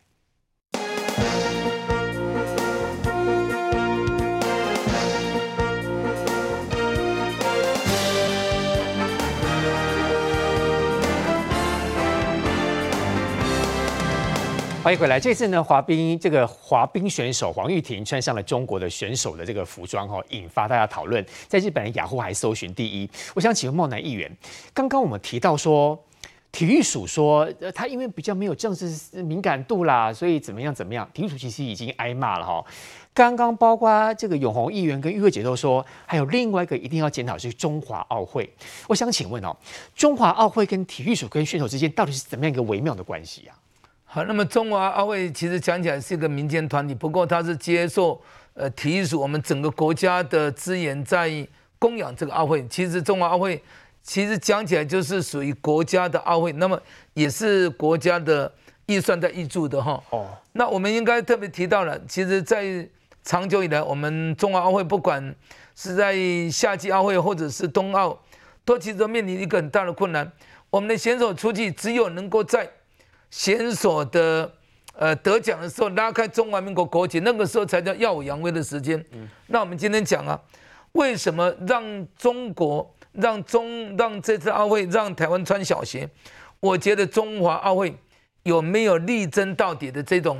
欢迎回来。这次呢，滑冰这个滑冰选手黄郁婷穿上了中国的选手的这个服装，哈，引发大家讨论。在日本的雅虎还搜寻第一。我想请问茂南议员，刚刚我们提到说，体育署说，呃，他因为比较没有政治敏感度啦，所以怎么样怎么样。体育署其实已经挨骂了哈。刚刚包括这个永红议员跟玉慧姐都说，还有另外一个一定要检讨是中华奥会。我想请问哦，中华奥会跟体育署跟选手之间到底是怎么样一个微妙的关系啊？ 好，那么中华奥会其实讲起来是一个民间团体，不过它是接受呃体育署我们整个国家的资源在供养这个奥会。其实中华奥会其实讲起来就是属于国家的奥会，那么也是国家的预算在挹注的哈。哦，那我们应该特别提到了，其实，在长久以来，我们中华奥会不管是在夏季奥会或者是冬奥，都其实都面临一个很大的困难。我们的选手出去，只有能够在选手的呃得奖的时候拉开中华民国国旗，那个时候才叫耀武扬威的时间。嗯、那我们今天讲啊，为什么让中国让中让这次奥会让台湾穿小鞋？我觉得中华奥会有没有力争到底的这种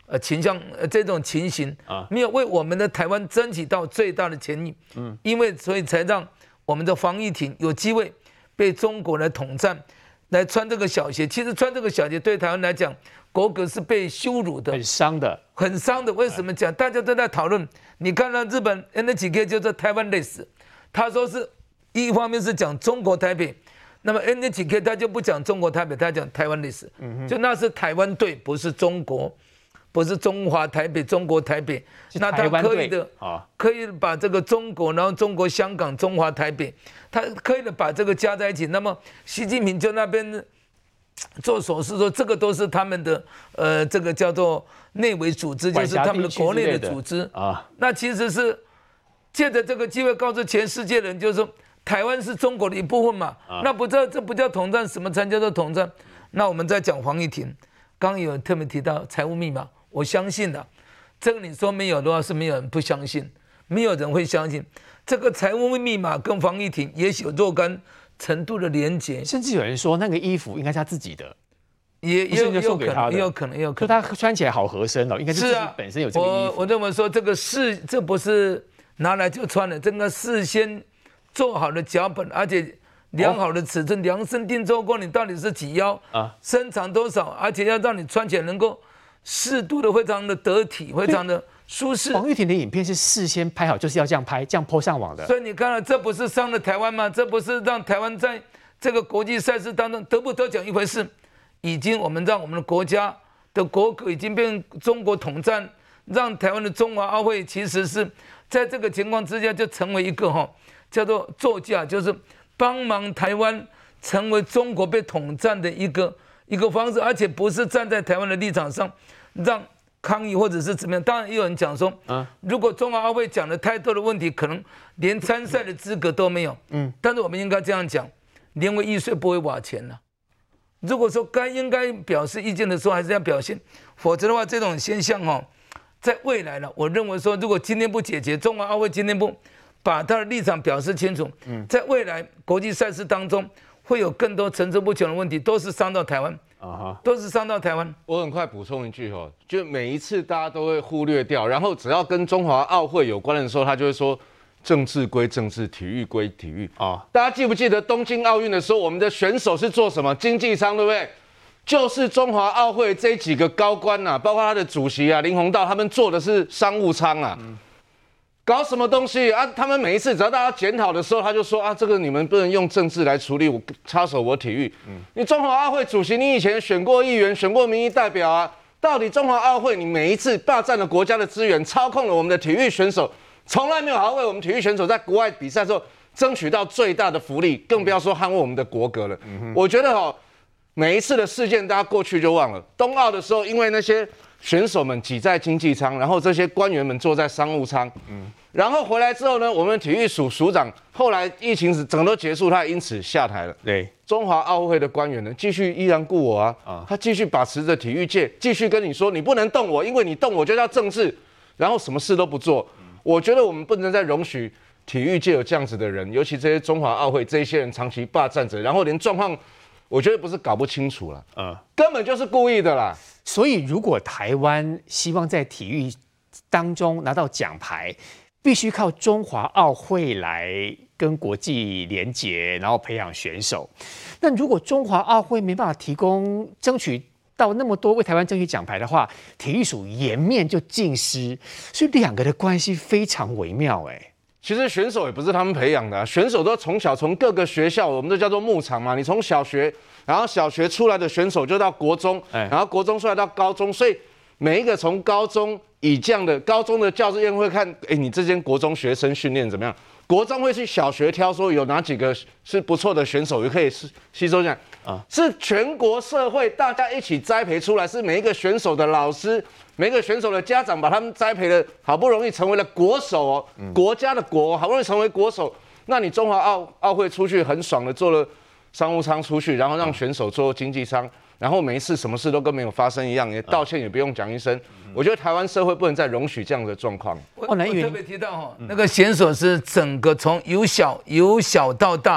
呃倾向呃这种情形啊，没有为我们的台湾争取到最大的权益。嗯，因为所以才让我们的防疫艇有机会被中国来统战，来穿这个小鞋。其实穿这个小鞋对台湾来讲，国格是被羞辱的， 很伤的， 很伤的。为什么讲？大家都在讨论。你看到日本 N H K 叫做台湾类似，他说是一方面是讲中国台北。那么 N H K 他就不讲中国台北，他讲台湾历史，嗯、就那是台湾队，不是中国，不是中华台北，中国台北，那他可以的，可以把这个中国，然后中国香港、中华台北，他可以的把这个加在一起。那么习近平就那边做手势说，这个都是他们的，呃，这个叫做内围组织，就是他们的国内的组织啊。那其实是借着这个机会告诉全世界人，就是说。台湾是中国的一部分嘛？啊、那不知道这不叫统战，什么才叫做统战？那我们在讲防疫艇，刚刚有特别提到财务密码，我相信的，这个你说没有的话是没有人不相信，没有人会相信这个财务密码跟防疫艇也许有若干程度的连结， 甚至有人说那个衣服应该是他自己的， 也也有也有可能，也有可能，也有可能， 就他穿起来好合身哦，应该是自己本身有这个衣服。 我我认为说这个事，这不是拿来就穿的，这个事先。做好的脚本，而且量好的尺寸，量身定做过，你到底是几腰啊，身长多少，而且要让你穿起来能够适度的、非常的得体、非常的舒适。 黄玉婷的影片是事先拍好，就是要这样拍，这样 po 上网的。 所以你看了，这不是伤了台湾吗？这不是让台湾在这个国际赛事当中得不得奖一回事，已经我们让我们的国家的国格已经被中国统战，让台湾的中华奥会其实是在这个情况之下就成为一个哈。叫做作价，就是帮忙台湾成为中国被统战的一个一个方式，而且不是站在台湾的立场上让抗议或者是怎么样。当然也有人讲说，啊、如果中华奥会讲了太多的问题，可能连参赛的资格都没有。嗯，但是我们应该这样讲，年为易碎不为瓦全了。如果说该应该表示意见的时候，还是要表现，否则的话，这种现象哈、哦，在未来呢，我认为说，如果今天不解决，中华奥会今天不。把他的立场表示清楚，在未来国际赛事当中，会有更多层出不穷的问题，都是伤到台湾啊，都是伤到台湾。 我很快补充一句哦，就每一次大家都会忽略掉，然后只要跟中华奥会有关的时候，他就会说政治归政治，体育归体育啊。大家记不记得东京奥运的时候，我们的选手是做什么？经济舱，对不对？就是中华奥会这几个高官呐、啊，包括他的主席啊林鸿道，他们坐的是商务舱啊。嗯搞什么东西啊？他们每一次只要大家检讨的时候，他就说啊，这个你们不能用政治来处理，我插手我体育。嗯，你中华奥会主席，你以前选过议员，选过民意代表啊？到底中华奥会你每一次霸占了国家的资源，操控了我们的体育选手，从来没有好好为我们体育选手在国外比赛的时候争取到最大的福利，更不要说捍卫我们的国格了。嗯、我觉得哈，每一次的事件大家过去就忘了。冬奥的时候，因为那些选手们挤在经济舱，然后这些官员们坐在商务舱。嗯，然后回来之后呢，我们体育署署长后来疫情整个都结束，他也因此下台了。 对， 中华奥会的官员呢，继续依然顾我啊，啊他继续把持着体育界，继续跟你说你不能动我，因为你动我就叫政治，然后什么事都不做。嗯、我觉得我们不能再容许体育界有这样子的人，尤其这些中华奥会这一些人长期霸占着，然后连状况，我觉得不是搞不清楚了，嗯，根本就是故意的啦。 所以，如果台湾希望在体育当中拿到奖牌，必须靠中华奥会来跟国际连结，然后培养选手。那如果中华奥会没办法提供争取到那么多为台湾争取奖牌的话，体育署颜面就尽失。所以两个的关系非常微妙、欸，哎。 其实选手也不是他们培养的、啊，选手都从小从各个学校，我们都叫做牧场嘛。你从小学，然后小学出来的选手就到国中，然后国中出来到高中，所以每一个从高中以这样的高中的教师院会看，哎，你这间国中学生训练怎么样？国中会去小学挑说有哪几个是不错的选手，也可以吸收进来啊。是全国社会大家一起栽培出来，是每一个选手的老师。每个选手的家长把他们栽培的好不容易成为了国手哦，嗯、国家的国，好不容易成为国手，那你中华奥奥会出去很爽的坐了商务舱出去，然后让选手坐经济舱，然后每一次什么事都跟没有发生一样，也道歉也不用讲一声。嗯、我觉得台湾社会不能再容许这样的状况。 我我特别提到哈，那个选手是整个从由小由小到大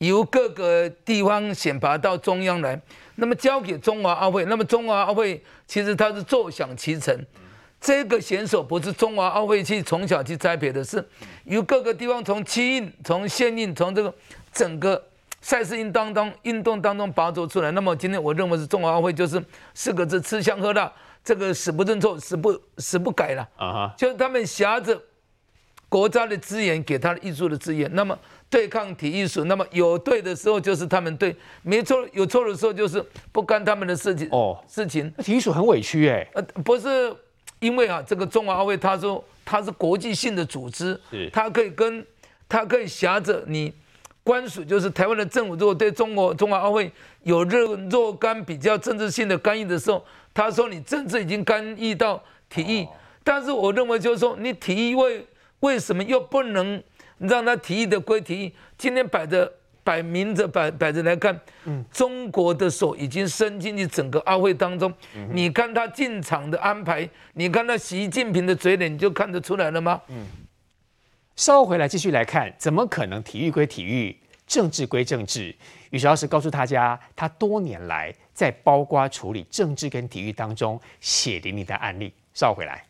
由各个地方选拔到中央来，那么交给中华奥会，那么中华奥会其实它是坐享其成。这个选手不是中华奥会去从小去栽培的，是由各个地方从区运、从县运、从这个整个赛事运当中运动当中拔擢出来。那么今天我认为是中华奥会就是四个字：吃香喝辣，这个死不认错，死不死不改了啊！就是他们挟着国家的资源给他的艺术的资源，那么对抗体育署，那么有对的时候就是他们对，没错有错的时候就是不干他们的事情哦事情。 体育署很委屈哎， 呃不是。因为啊，这个中华奥会，他说它是国际性的组织，它可以跟它可以挟着你官署，就是台湾的政府，如果对中国中华奥会有若若干比较政治性的干预的时候，他说你政治已经干预到体育，但是我认为就是说，你体育为为什么又不能让他体育的归体育？今天摆着。摆明着摆摆着来看，嗯，中国的手已经伸进去整个奥会当中。嗯、你看他进场的安排，你看他习近平的嘴脸，你就看得出来了吗？嗯。 稍后回来继续来看，怎么可能体育归体育，政治归政治？宇哲老师告诉大家，他多年来在包括处理政治跟体育当中血淋淋的案例。稍后回来。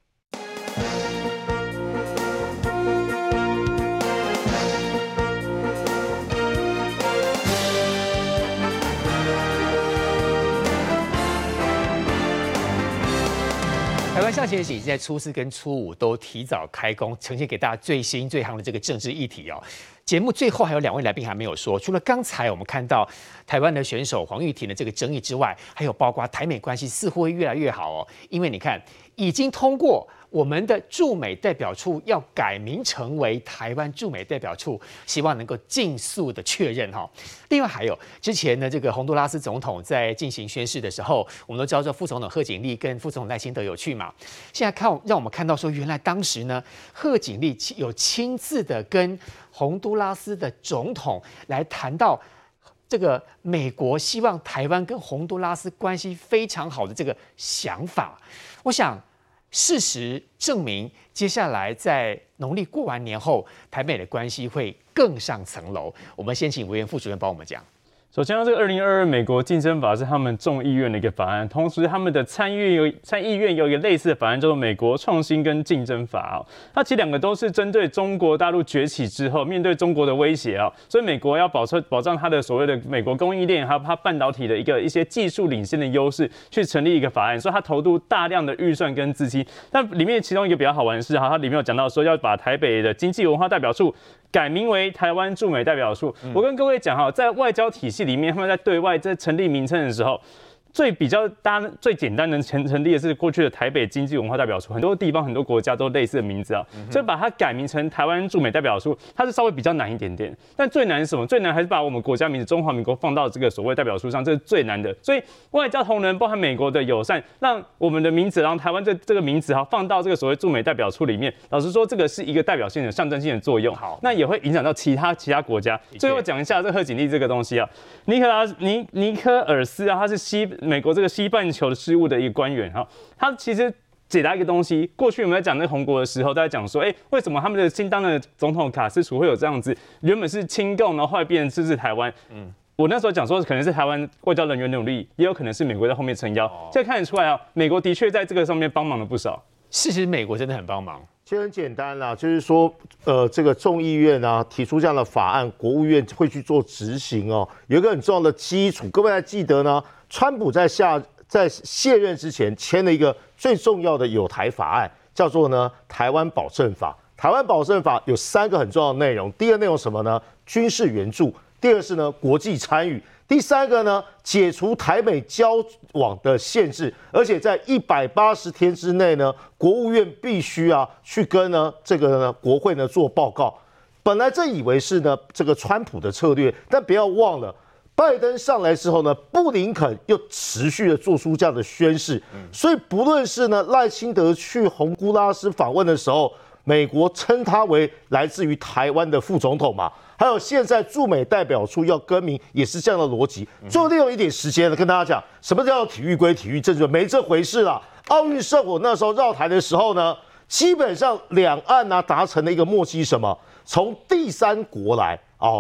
台湾向前行在初四跟初五都提早开工，呈现给大家最新最夯的这个政治议题哦。节目最后还有两位来宾还没有说，除了刚才我们看到台湾的选手黄玉婷的这个争议之外，还有包括台美关系似乎会越来越好哦。因为你看，已经通过我们的驻美代表处要改名成为台湾驻美代表处，希望能够尽速的确认哈。另外还有之前呢，这个洪都拉斯总统在进行宣誓的时候，我们都知道说副总统贺锦丽跟副总统赖清德有去嘛。现在看让我们看到说，原来当时呢，贺锦丽有亲自的跟洪都拉斯的总统来谈到这个美国希望台湾跟洪都拉斯关系非常好的这个想法。我想事实证明，接下来在农历过完年后，台美的关系会更上层楼。我们先请委员副主任帮我们讲。 首先，这个二零二二美国竞争法是他们众议院的一个法案，同时他们的参议有参议院有一个类似的法案，叫做美国创新跟竞争法哦。它其实两个都是针对中国大陆崛起之后，面对中国的威胁啊，所以美国要保保障它的所谓的美国供应链，还有它半导体的一个一些技术领先的优势，去成立一个法案，所以它投入大量的预算跟资金。但里面其中一个比较好玩的是哈，它里面有讲到说要把台北的经济文化代表处改名为台湾驻美代表处。我跟各位讲哈，在外交体系里面，他们在对外在成立名称的时候，最比较大最简单的成成立的是过去的台北经济文化代表处，很多地方很多国家都类似的名字啊，嗯、所以把它改名成台湾驻美代表处，它是稍微比较难一点点。但最难是什么？最难还是把我们国家名字中华民国放到这个所谓代表处上，这是最难的。所以外交同仁包含美国的友善，让我们的名字，然后台湾这这个名字哈放到这个所谓驻美代表处里面。老实说，这个是一个代表性的象征性的作用。好，那也会影响到其他其他国家。最后讲一下这个贺锦丽这个东西啊，尼克拉尼尼科尔斯啊，他是西。美国这个西半球的事务的一个官员哈，他其实解答一个东西。过去我们在讲那个红国的时候，大家讲说，哎、欸，为什么他们的新当的总统卡斯楚会有这样子？原本是亲共，然后后来变成支持台湾。嗯，我那时候讲说，可能是台湾外交人员努力，也有可能是美国在后面撑腰。现在看得出来啊，美国的确在这个上面帮忙了不少。 事实美国真的很帮忙。 其实很简单啦，就是说，呃，这个众议院啊提出这样的法案，国务院会去做执行哦。有一个很重要的基础，各位还记得呢？川普在下在卸任之前签了一个最重要的友台法案，叫做呢台湾保证法。台湾保证法有三个很重要的内容，第一个内容什么呢？军事援助。第二是呢国际参与。第三个呢，解除台美交往的限制，而且在一百八十天之内呢，国务院必须啊去跟呢这个呢国会呢做报告。本来这以为是呢这个川普的策略，但不要忘了，拜登上来之后呢，布林肯又持续的做出这样的宣示。所以不论是呢赖清德去洪都拉斯访问的时候，美国称他为来自于台湾的副总统嘛。还有现在驻美代表处要更名，也是这样的逻辑。最后利用一点时间呢，跟大家讲什么叫体育归体育，政治没这回事啦。奥运圣火那时候绕台的时候呢，基本上两岸啊达成了一个默契，什么？从第三国来哦，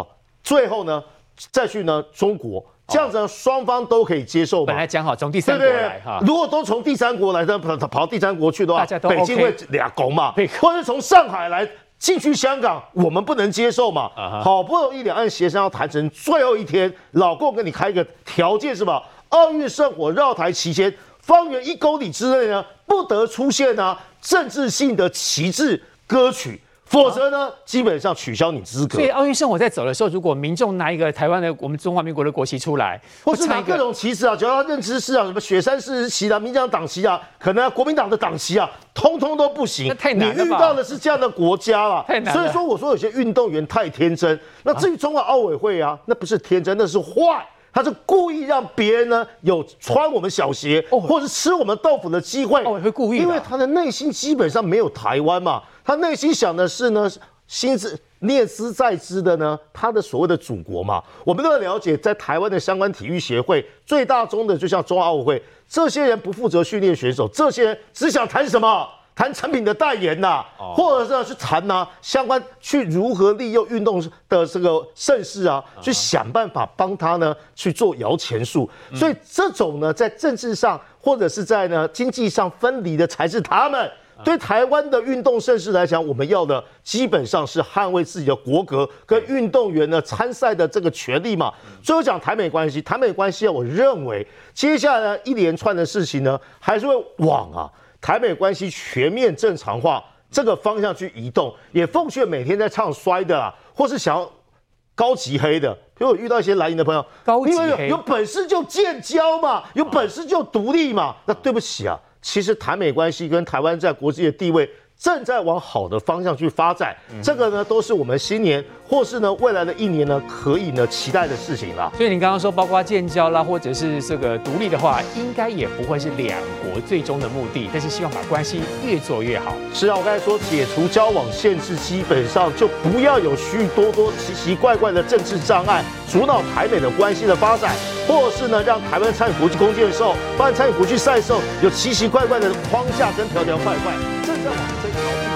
最后呢再去呢中国。这样子呢，双方都可以接受嘛。 本来讲好从第三国来哈， 如果都从第三国来，跑跑跑到第三国去的话， 都 OK、北京会俩拱嘛，或者从上海来进去香港，我们不能接受嘛。Uh huh. 好不容易两岸协商要谈成最后一天，老共给你开一个条件是吧？奥运圣火绕台期间，方圆一公里之内呢，不得出现啊政治性的旗帜歌曲。否则呢，基本上取消你资格。 所以奥运圣火在走的时候，如果民众拿一个台湾的我们中华民国的国旗出来， 或是拿各种旗帜啊，只要他认知是啊，什么雪山四旗啊、民进党党旗啊，可能、啊、国民党的党旗啊，通通都不行。 那太难了吧？ 你遇到的是这样的国家啦， 太难了。 所以说我说有些运动员太天真。那至于中华奥委会啊，那不是天真，那是坏。他是故意让别人呢有穿我们小鞋，哦、或者吃我们豆腐的机会。 哦，会故意的， 因为他的内心基本上没有台湾嘛，他内心想的是呢。心思念兹在兹的呢，他的所谓的祖国嘛，我们都要了解，在台湾的相关体育协会最大宗的，就像中华奥委会，这些人不负责训练选手，这些人只想谈什么？谈产品的代言呐、啊，哦、或者是去谈呐、啊、相关去如何利用运动的这个盛事啊，去想办法帮他呢去做摇钱树。嗯、所以这种呢，在政治上或者是在呢经济上分离的，才是他们。对台湾的运动盛事来讲，我们要的基本上是捍卫自己的国格跟运动员呢参赛的这个权利嘛。最后讲台美关系，台美关系啊，我认为接下来一连串的事情呢，还是会往啊台美关系全面正常化这个方向去移动。也奉劝每天在唱衰的啊，或是想要高级黑的，比如我遇到一些蓝营的朋友， 高级黑有有本事就建交嘛，有本事就独立嘛。那对不起啊。其实台美关系跟台湾在国际的地位正在往好的方向去发展，嗯、这个呢都是我们新年或是呢未来的一年呢可以呢期待的事情啦。 所以您刚刚说，包括建交啦，或者是这个独立的话，应该也不会是两国最终的目的，但是希望把关系越做越好。 是啊，我刚才说解除交往限制，基本上就不要有许许多多奇奇怪怪的政治障碍，阻挠台美的关系的发展。或是呢，让台湾参与国际空间的时候，包含参与国际赛的时候，有奇奇怪怪的框架跟条条块块，正在往这条路。